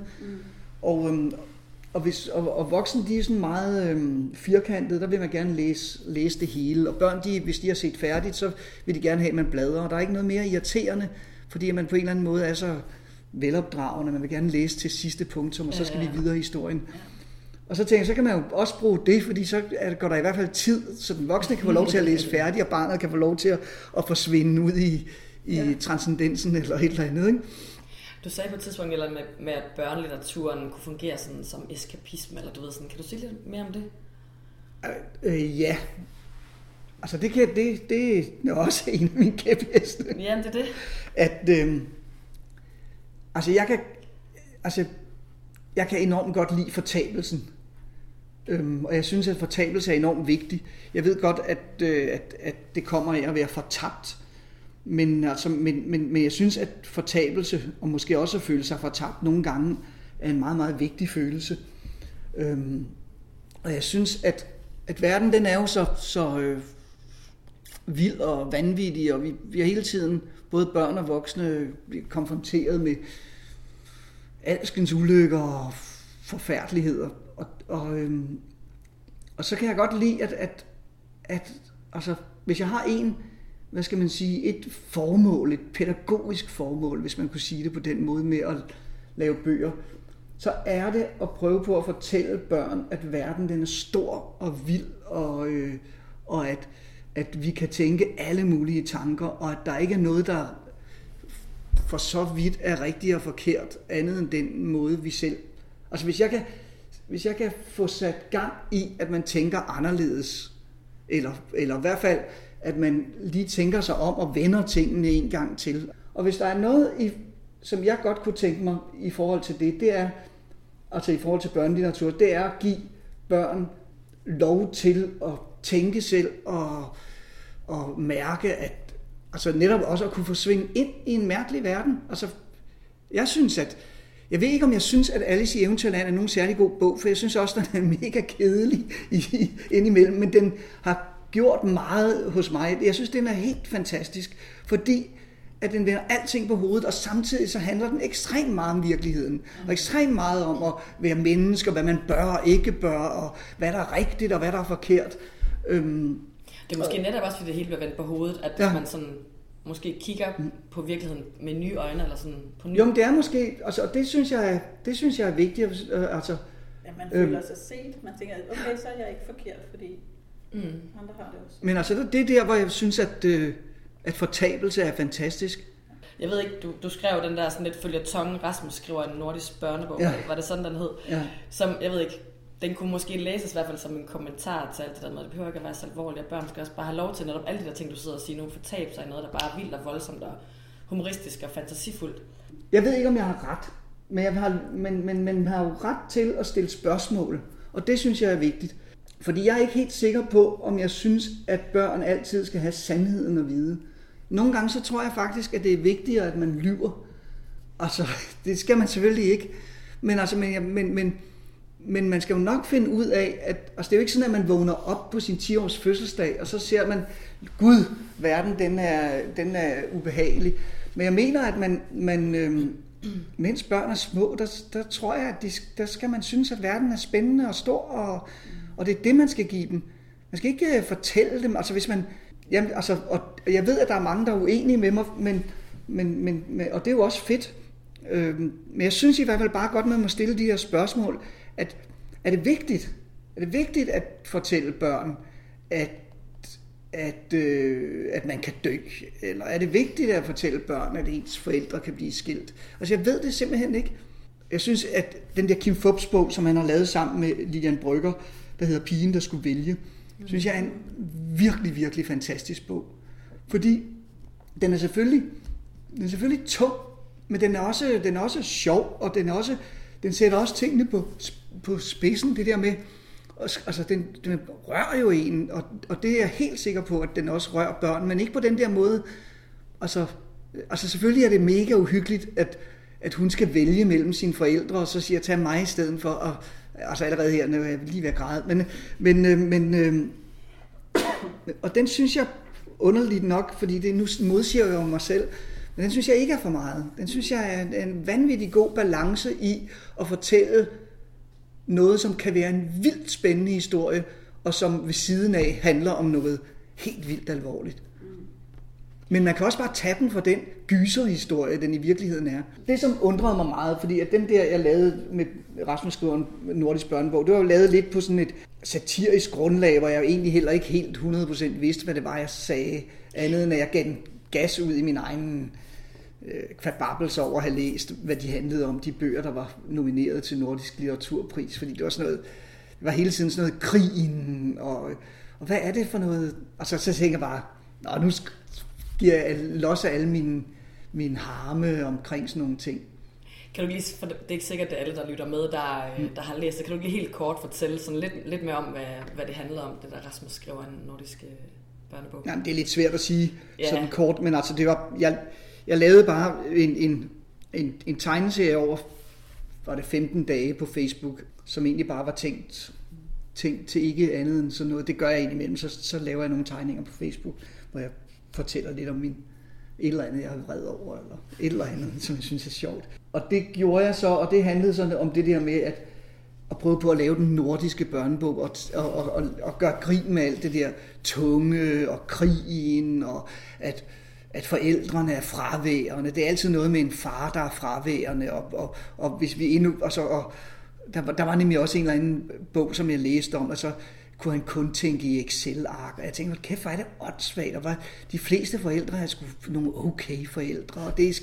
Og voksne, de er sådan meget firkantede, der vil man gerne læse det hele. Og børn, hvis de har set færdigt, så vil de gerne have, at man bladrer. Og der er ikke noget mere irriterende, fordi man på en eller anden måde er så velopdragende. Man vil gerne læse til sidste punktum, og så skal vi videre i historien. Og så tænker jeg, så kan man jo også bruge det, fordi så går der i hvert fald tid, så den voksne kan få lov til at læse færdigt, og barnet kan få lov til at forsvinde ud i transcendensen eller et eller andet, ikke? Du sagde på et tidspunkt eller med, at børnelitteraturen kunne fungere sådan som eskapisme, eller du ved sådan. Kan du sige lidt mere om det? Ja. Altså det er også en af mine kæpheste. Ja, det er det. At jeg kan enormt godt lide fortabelsen. Og jeg synes, at fortabelse er enormt vigtig. Jeg ved godt, at det kommer af at være fortabt. Men jeg synes, at fortabelse, og måske også at føle sig fortabt nogle gange, er en meget, meget vigtig følelse. Og jeg synes, at verden den er jo så vild og vanvittig, og vi har hele tiden, både børn og voksne, konfronteret med alskens ulykker og forfærdeligheder. Og så kan jeg godt lide, at altså, hvis jeg har et formål, et pædagogisk formål, hvis man kunne sige det på den måde med at lave bøger, så er det at prøve på at fortælle børn, at verden den er stor og vild, og at vi kan tænke alle mulige tanker, og at der ikke er noget, der for så vidt er rigtigt og forkert, andet end den måde, vi selv... Altså hvis jeg kan få sat gang i, at man tænker anderledes, eller i hvert fald, at man lige tænker sig om og vender tingene en gang til. Og hvis der er noget, som jeg godt kunne tænke mig i forhold til det er, altså i forhold til børnelitteratur, det er at give børn lov til at tænke selv og mærke, at altså netop også at kunne forsvinde ind i en mærkelig verden. Altså, jeg ved ikke, om jeg synes, at Alice i Eventyrland er nogen særlig god bog, for jeg synes også, at den er mega kedelig indimellem, men den har gjort meget hos mig. Jeg synes, den er helt fantastisk, fordi at den vender alting på hovedet, og samtidig så handler den ekstremt meget om virkeligheden, og ekstremt meget om at være menneske, og hvad man bør og ikke bør, og hvad der er rigtigt, og hvad der er forkert. Det er måske netop også, fordi det hele bliver vendt på hovedet, at man sådan måske kigger på virkeligheden med nye øjne, eller sådan på nye... Jo, men det er måske, altså, og det synes jeg er vigtigt. Altså, ja, man føler sig set, man tænker, okay, så er jeg ikke forkert, fordi andre har det også. Men altså, det er der, hvor jeg synes, at fortabelse er fantastisk. Jeg ved ikke, du skrev den der sådan lidt føljeton, Rasmus skriver en nordisk børnebog, var det sådan, den hed? Ja. Som, jeg ved ikke, den kunne måske læses i hvert fald som en kommentar til alt det der med, det behøver ikke at være så alvorligt, at børn skal også bare have lov til netop alle de der ting, du sidder og siger nu, fortabe sig i noget, der bare er vildt og voldsomt og humoristisk og fantasifuldt. Jeg ved ikke, om jeg har ret, men man har jo ret til at stille spørgsmål, og det synes jeg er vigtigt. Fordi jeg er ikke helt sikker på, om jeg synes, at børn altid skal have sandheden at vide. Nogle gange så tror jeg faktisk, at det er vigtigere, at man lyver. Altså, det skal man selvfølgelig ikke. Men altså, men man skal jo nok finde ud af, at altså, det er jo ikke sådan, at man vågner op på sin 10-års fødselsdag, og så ser man, Gud, verden den er ubehagelig. Men jeg mener, at man mens børn er små, der tror jeg, at der skal man synes, at verden er spændende og stor, og det er det, man skal give dem. Man skal ikke fortælle dem, altså hvis man... Jamen, altså, og jeg ved, at der er mange, der er uenige med mig, men og det er jo også fedt. Men jeg synes i hvert fald bare godt, man må stille de her spørgsmål, at er det vigtigt at fortælle børn, at man kan dø? Eller er det vigtigt at fortælle børn, at ens forældre kan blive skilt? Altså jeg ved det simpelthen ikke. Jeg synes, at den der Kim Fupz bog, som han har lavet sammen med Lilian Brügger, der hedder Pigen, der skulle vælge, synes jeg er en virkelig, virkelig fantastisk bog. Fordi den er selvfølgelig tung, men den er også sjov, og den sætter også tingene på spidsen, det der med, altså den rører jo en, og det er jeg helt sikker på, at den også rører børn, men ikke på den der måde. Altså selvfølgelig er det mega uhyggeligt, at hun skal vælge mellem sine forældre, og så siger, tag mig i stedet for, og altså allerede her, når jeg lige ved at græde, men og den synes jeg underligt nok, fordi det nu modsiger jo mig selv, men den synes jeg ikke er for meget. Den synes jeg er en vanvittig god balance i at fortælle noget, som kan være en vildt spændende historie, og som ved siden af handler om noget helt vildt alvorligt. Men man kan også bare tage den for den gyserhistorie, den i virkeligheden er. Det, som undrede mig meget, fordi at den der, jeg lavede med Rasmus Skriver Nordisk Børnebog, det var jo lavet lidt på sådan et satirisk grundlag, hvor jeg egentlig heller ikke helt 100% vidste, hvad det var, jeg sagde, andet end at jeg gav den gas ud i min egen kvababelse over at have læst, hvad de handlede om, de bøger, der var nomineret til Nordisk Litteraturpris, fordi det var sådan noget, det var hele tiden sådan noget krigen, og hvad er det for noget? Og så tænker jeg bare, nu giver jeg los af alle mine harme omkring sådan nogle ting. Kan du lige, for det er ikke sikkert, at alle, der lytter med, der har læst det, kan du lige helt kort fortælle sådan lidt mere om, hvad det handler om, det der Rasmus Skriver en nordisk børnebog? Jamen, det er lidt svært at sige sådan kort, men altså det var, jeg lavede bare en tegneserie over, var det 15 dage på Facebook, som egentlig bare var tænkt til ikke andet end sådan noget. Det gør jeg indimellem, så laver jeg nogle tegninger på Facebook, hvor jeg fortæller lidt om et eller andet, jeg har vred over, eller et eller andet, som jeg synes er sjovt. Og det gjorde jeg så, og det handlede sådan om det der med at prøve på at lave den nordiske børnebog, og gøre grin med alt det der tunge, og krigen, og at forældrene er fraværende. Det er altid noget med en far, der er fraværende, og hvis vi endnu, og der var nemlig også en eller anden bog, som jeg læste om, og så kunne han kun tænke i Excel-ark. Og jeg tænkte, kæft, hvor er det åndssvagt, og de fleste forældre er sgu nogle okay forældre, og det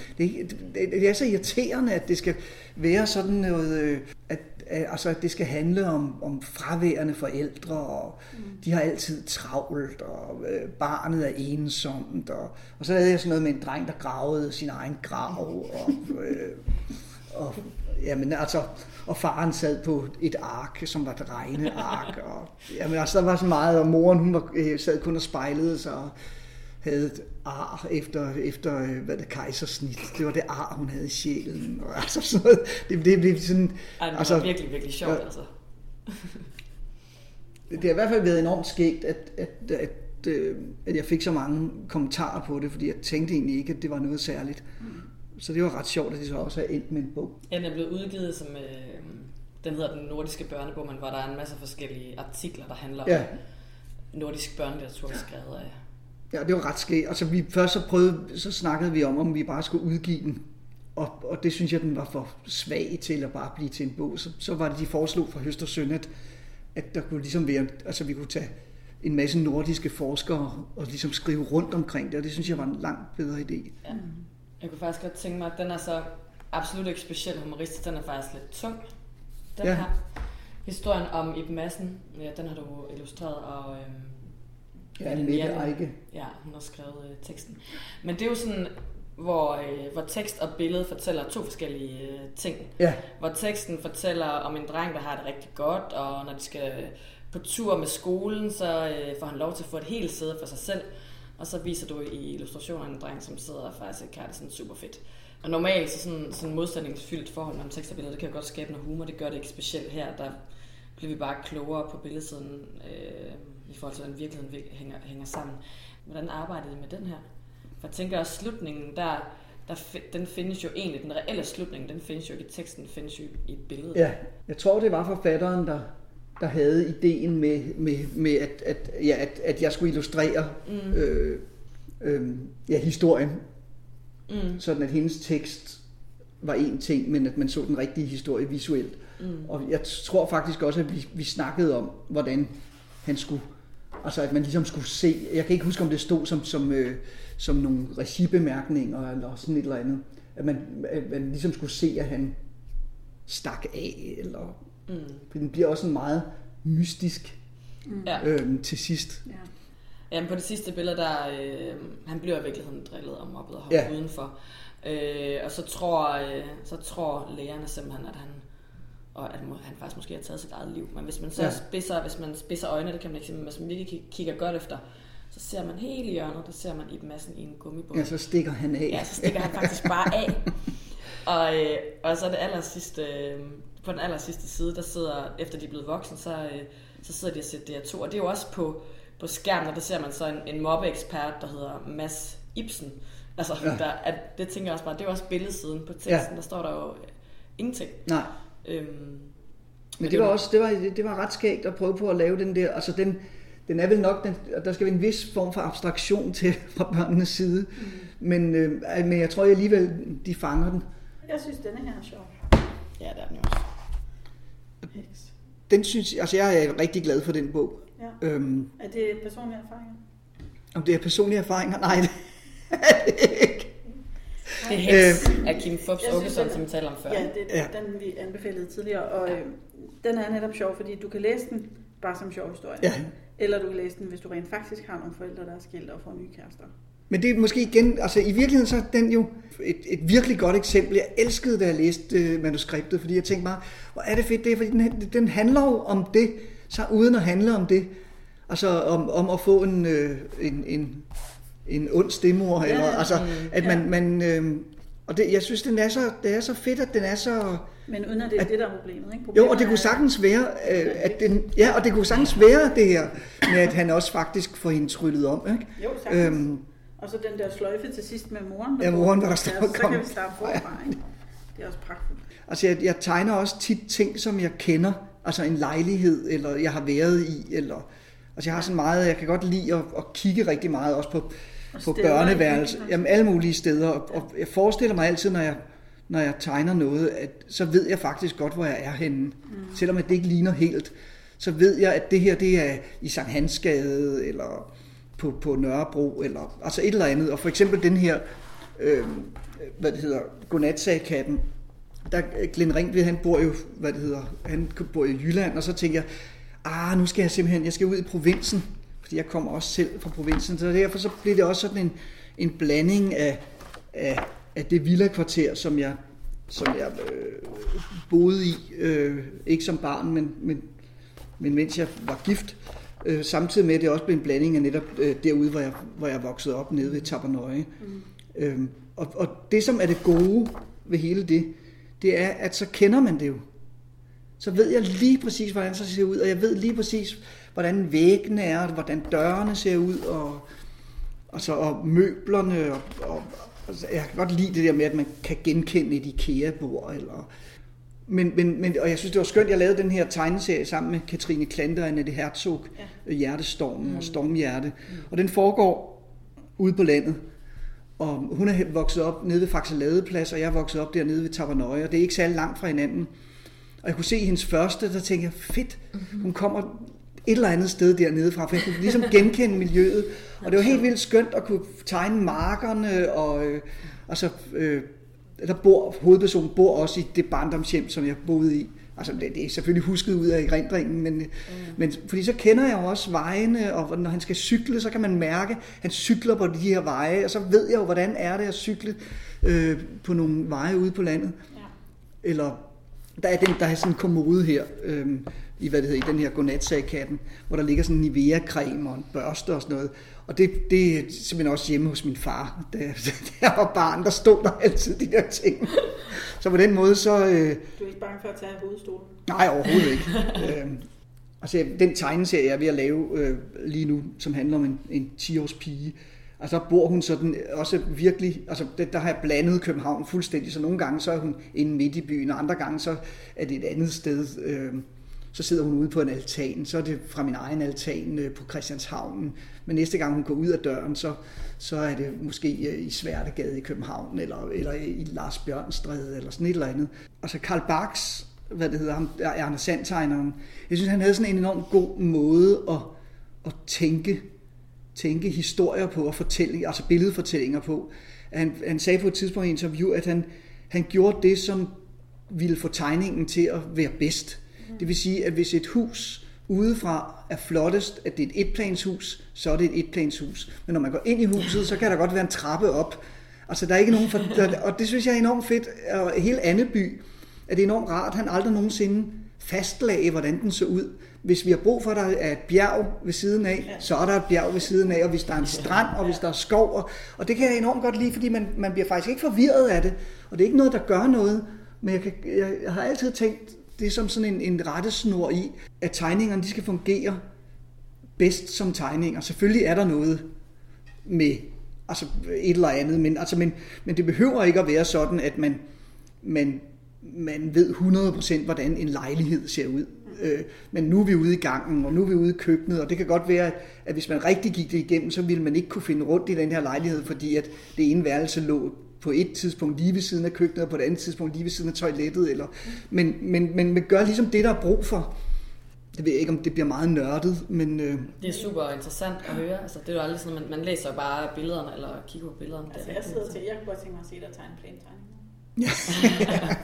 er så irriterende, at det skal være sådan noget, at det skal handle om fraværende forældre, og de har altid travlt, og barnet er ensomt, og så havde jeg sådan noget med en dreng, der gravede sin egen grav, og faren sad på et ark, som var et regneark, og der var så meget, og moren hun sad kun og spejlede sig og havde et ar efter hvad det kejsersnit. Det var det ar, hun havde i sjælen, og altså sådan noget. Det blev sådan. Det var virkelig, virkelig sjovt, altså. Det har i hvert fald været enormt skægt, at jeg fik så mange kommentarer på det, fordi jeg tænkte egentlig ikke, at det var noget særligt. Så det var ret sjovt, at det så også er endt med en bog. Ja, den er blevet udgivet som, den hedder Den Nordiske Børnebog, men hvor der er en masse forskellige artikler, der handler om nordisk børnelitteratur skrevet af. Ja, det var ret skægt. Altså så snakkede vi om vi bare skulle udgive den. Og det synes jeg, den var for svag til at bare blive til en bog. Så var det, de foreslog fra Høst og Søn, at der kunne ligesom være, altså vi kunne tage en masse nordiske forskere og ligesom skrive rundt omkring det, og det synes jeg var en langt bedre idé. Ja. Jeg kunne faktisk godt tænke mig, at den er så absolut ikke specielt humoristisk, den er faktisk lidt tung. Den her historien om Iben Madsen, den har du illustreret, og Mette Eike. Ja, hun har skrevet teksten. Men det er jo sådan, hvor tekst og billede fortæller to forskellige ting. Ja. Hvor teksten fortæller om en dreng, der har det rigtig godt, og når de skal på tur med skolen, så får han lov til at få et helt sæde for sig selv. Og så viser du i illustrationen en dreng, som sidder og faktisk ikke har det sådan super fedt. Og normalt så sådan modsætningsfyldt forhold mellem tekst og billeder, det kan jo godt skabe noget humor, det gør det ikke specielt her. Der bliver vi bare klogere på billedsiden i forhold til, hvordan virkeligheden hænger sammen. Hvordan arbejdede I med den her? For jeg tænker også, slutningen den findes jo egentlig, den reelle slutning, den findes jo ikke i teksten, den findes jo i et billede. Ja, jeg tror det var forfatteren, der havde ideen med at jeg skulle illustrere historien. Sådan at hendes tekst var en ting, men at man så den rigtige historie visuelt. Og jeg tror faktisk også, at vi snakkede om, hvordan han skulle, altså at man ligesom skulle se, jeg kan ikke huske, om det stod som nogle regibemærkninger eller sådan et eller andet, at man ligesom skulle se, at han stak af, eller den bliver også en meget mystisk til sidst. Ja. Jamen på det sidste billede, der han bliver i virkeligheden drillet og mobbet udenfor. Og så tror lægerne simpelthen, at han faktisk måske har taget sit eget liv. Men hvis man så spidser øjnene, det kan man ikke se, men hvis man virkelig kigger godt efter, så ser man hele hjørnet, der ser man Iben Madsen i en gummibåd. Ja, så stikker han af. Ja, så stikker han faktisk bare af. Og så det på den aller sidste side, der sidder, efter de er blevet voksne, så sidder de og ser DR2. Og det er jo også på skærmen, og der ser man så en mobbeekspert, der hedder Mads Ibsen. Altså, det tænker jeg også bare, det er også billedsiden på teksten, der står der jo ingenting. Nej. Men det var ret skægt at prøve på at lave den der, altså den er vel nok, der skal være en vis form for abstraktion til fra børnenes side, men jeg tror alligevel, de fanger den. Jeg synes, denne her er sjov. Ja, det er den jo også. Den synes altså jeg er rigtig glad for den bog. Ja. Er det personlige erfaringer? Om det er personlige erfaringer? Nej, det er det ikke. Det er Heks af Kim Fupz Aakeson, som vi talte om før. Ja, det er den, vi anbefalede tidligere. Og den er netop sjov, fordi du kan læse den bare som sjov historie. Ja. Eller du kan læse den, hvis du rent faktisk har nogle forældre, der er skilt og får nye kærester. Men det er måske igen, altså i virkeligheden så er den jo et virkelig godt eksempel. Jeg elskede, da jeg læste manuskriptet, fordi jeg tænkte bare, hvor er det fedt det, fordi den handler jo om det, så uden at handle om det. Altså om at få en ond stemor, eller altså at man og det, jeg synes det er så fedt, at den er så. Men uden at det er det der er problemet, ikke? Problemet jo, og det kunne sagtens være og det kunne sagtens være det her med at han også faktisk får hende tryllet om, ikke? Jo, sagtens. Og så den der sløjfe til sidst med moren. Ja, moren var der så kan vi starte forfra, ikke? Det er også pragtfuldt. Altså jeg tegner også tit ting, som jeg kender, altså en lejlighed, eller jeg har været i, eller altså jeg har sådan meget, jeg kan godt lide at kigge rigtig meget også på børneværelse, jamen alle mulige steder, og jeg forestiller mig altid, når jeg tegner noget, at så ved jeg faktisk godt, hvor jeg er henne. Selvom at det ikke ligner helt, så ved jeg, at det her, det er i Sankt Hansgade, eller på Nørrebro, eller altså et eller andet. Og for eksempel den her, Godnatsagkatten, der Glenn Ringtved, han bor jo, han bor i Jylland, og så tænker jeg, nu skal jeg simpelthen, jeg skal ud i provinsen, fordi jeg kommer også selv fra provinsen, så derfor så bliver det også sådan en blanding af det villa-kvarter, som jeg boede i, ikke som barn, men mens jeg var gift, samtidig med, at det også blev en blanding af netop derude, hvor jeg voksede op nede ved Tabernøje. Og det, som er det gode ved hele det er, at så kender man det jo. Så ved jeg lige præcis, hvordan det ser ud, og jeg ved lige præcis, hvordan væggene er, hvordan dørene ser ud, og møblerne, og jeg kan godt lide det der med, at man kan genkende et IKEA-bord, men og jeg synes, det var skønt, jeg lavede den her tegneserie sammen med Katrine Klante og Annette Herzog, Hjertestormen og Stormhjerte, og den foregår ude på landet, og hun er vokset op nede ved Faxe Ladeplads, og jeg er vokset op dernede ved Tabernøje, og det er ikke særlig langt fra hinanden. Og jeg kunne se hendes første, der tænkte jeg, fedt, hun kommer et eller andet sted dernede fra, for jeg kunne ligesom genkende miljøet. Og det var helt vildt skønt at kunne tegne markerne, og så hovedpersonen bor også i det barndomshjem, som jeg boede i. Altså det er selvfølgelig husket ud af erindringen, men fordi så kender jeg jo også vejene, og når han skal cykle, så kan man mærke, at han cykler på de her veje, og så ved jeg jo, hvordan er det at cykle på nogle veje ude på landet. Ja. Eller der er sådan en kommode her, i den her Godnatsagkatten, hvor der ligger sådan en Nivea-creme og en børste og sådan noget. Og det er simpelthen også hjemme hos min far. Da jeg var barn, der stod der altid de der ting. Så på den måde så... Du er ikke bange for at tage hovedstolen? Nej, overhovedet ikke. Altså den tegneserie, jeg er ved at lave lige nu, som handler om en 10-års pige, altså der bor hun sådan også virkelig, altså der har jeg blandet København fuldstændig, så nogle gange så er hun inde midt i byen, og andre gange så er det et andet sted. så sidder hun ude på en altan, så er det fra min egen altan på Christianshavn. Men næste gang hun går ud af døren, så er det måske i Sværtegade i København, eller i Lars Bjørnstræde, eller sådan et eller andet. Og så Carl Barks, Erne Sand-tegneren, jeg synes, han havde sådan en enormt god måde at tænke historier på, og fortællinger, altså billedfortællinger på. Han sagde på et tidspunkt i et interview, at han gjorde det, som ville få tegningen til at være bedst. Det vil sige, at hvis et hus udefra er flottest, at det er et etplanshus, så er det et etplanshus. Men når man går ind i huset, så kan der godt være en trappe op. Altså der er ikke nogen og det synes jeg er enormt fedt. Og hele Andeby, at det er enormt rart, han aldrig nogensinde fastlagde, hvordan den så ud. Hvis vi har brug for, at der er et bjerg ved siden af, så er der et bjerg ved siden af, og hvis der er en strand, og hvis der er skov. Og det kan jeg enormt godt lide, fordi man bliver faktisk ikke forvirret af det. Og det er ikke noget, der gør noget. Men jeg har altid tænkt, det er som sådan en rettesnor i, at tegningerne de skal fungere bedst som tegninger. Selvfølgelig er der noget med altså et eller andet, men det behøver ikke at være sådan, at man ved 100% hvordan en lejlighed ser ud. Men nu er vi ude i gangen, og nu er vi ude i køkkenet, og det kan godt være, at hvis man rigtig gik det igennem, så ville man ikke kunne finde rundt i den her lejlighed, fordi at det ene værelse lå på et tidspunkt lige ved siden af køkkenet, og på det andet tidspunkt lige ved siden af toilettet. Eller, men gør ligesom det, der er brug for. Det ved jeg ikke, om det bliver meget nørdet, men... Det er super interessant at høre. Altså, det er jo aldrig sådan, man læser bare billederne, eller kigger på billederne. Altså, jeg sidder til, jeg kunne godt tænke mig at se dig tegne en plæn tegning. Ja.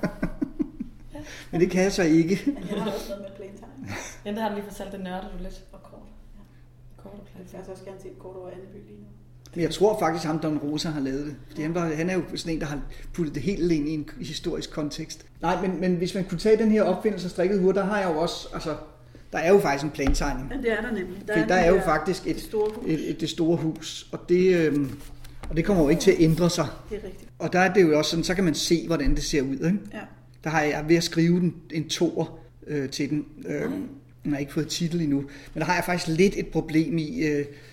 Men det kan jeg så ikke. Men jeg har også noget med plæn tegning. Ja, det har du lige fortalt, det nørder du lidt. Og kort. Ja. Kort og plæn. Jeg vil også gerne se et kort over Andeby lige nu. Men jeg tror faktisk, ham Don Rosa har lavet det. Fordi han er jo sådan en, der har puttet det helt ind i en historisk kontekst. Nej, men hvis man kunne tage den her opfindelse af strikket hur, der har jeg jo også... Altså, der er jo faktisk en plantegning. Ja, det er der nemlig. Der er jo faktisk det store hus. Og det kommer jo ikke til at ændre sig. Det er rigtigt. Og der er det jo også sådan, så kan man se, hvordan det ser ud. Ikke? Ja. Der har jeg ved at skrive en toer til den. Jeg har ikke fået titel endnu. Men der har jeg faktisk lidt et problem i...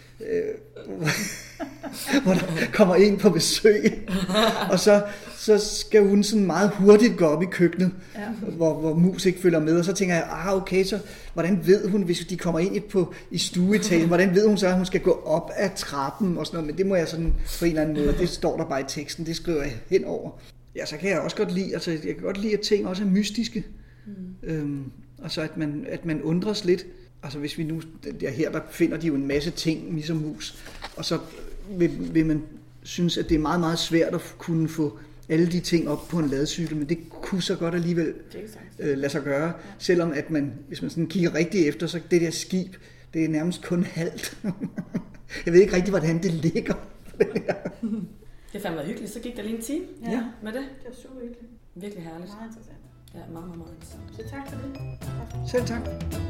hvor der kommer en på besøg, og så skal hun sådan meget hurtigt gå op i køkkenet, hvor mus ikke følger med, og så tænker jeg, okay, så hvordan ved hun, hvis de kommer ind i stueetagen, hvordan ved hun så, at hun skal gå op ad trappen og sådan noget, men det må jeg sådan på en eller anden måde, det står der bare i teksten, det skriver jeg henover. Ja, så kan jeg også godt lide, altså jeg kan godt lide, at ting også er mystiske, altså at man undres lidt. Altså hvis vi nu, der finder de jo en masse ting, ligesom mus, og så vil man synes, at det er meget, meget svært at kunne få alle de ting op på en ladecykel, men det kunne så godt alligevel lade sig gøre, selvom at man, hvis man sådan kigger rigtig efter, så det der skib, det er nærmest kun halvt. Jeg ved ikke rigtig, hvordan det ligger. Det fandt mig hyggeligt, så gik der lige en time med det. Det var super hyggeligt. Virkelig herligt. Meget interessant. Ja, meget, meget, meget interessant. Så tak for det. Selv tak.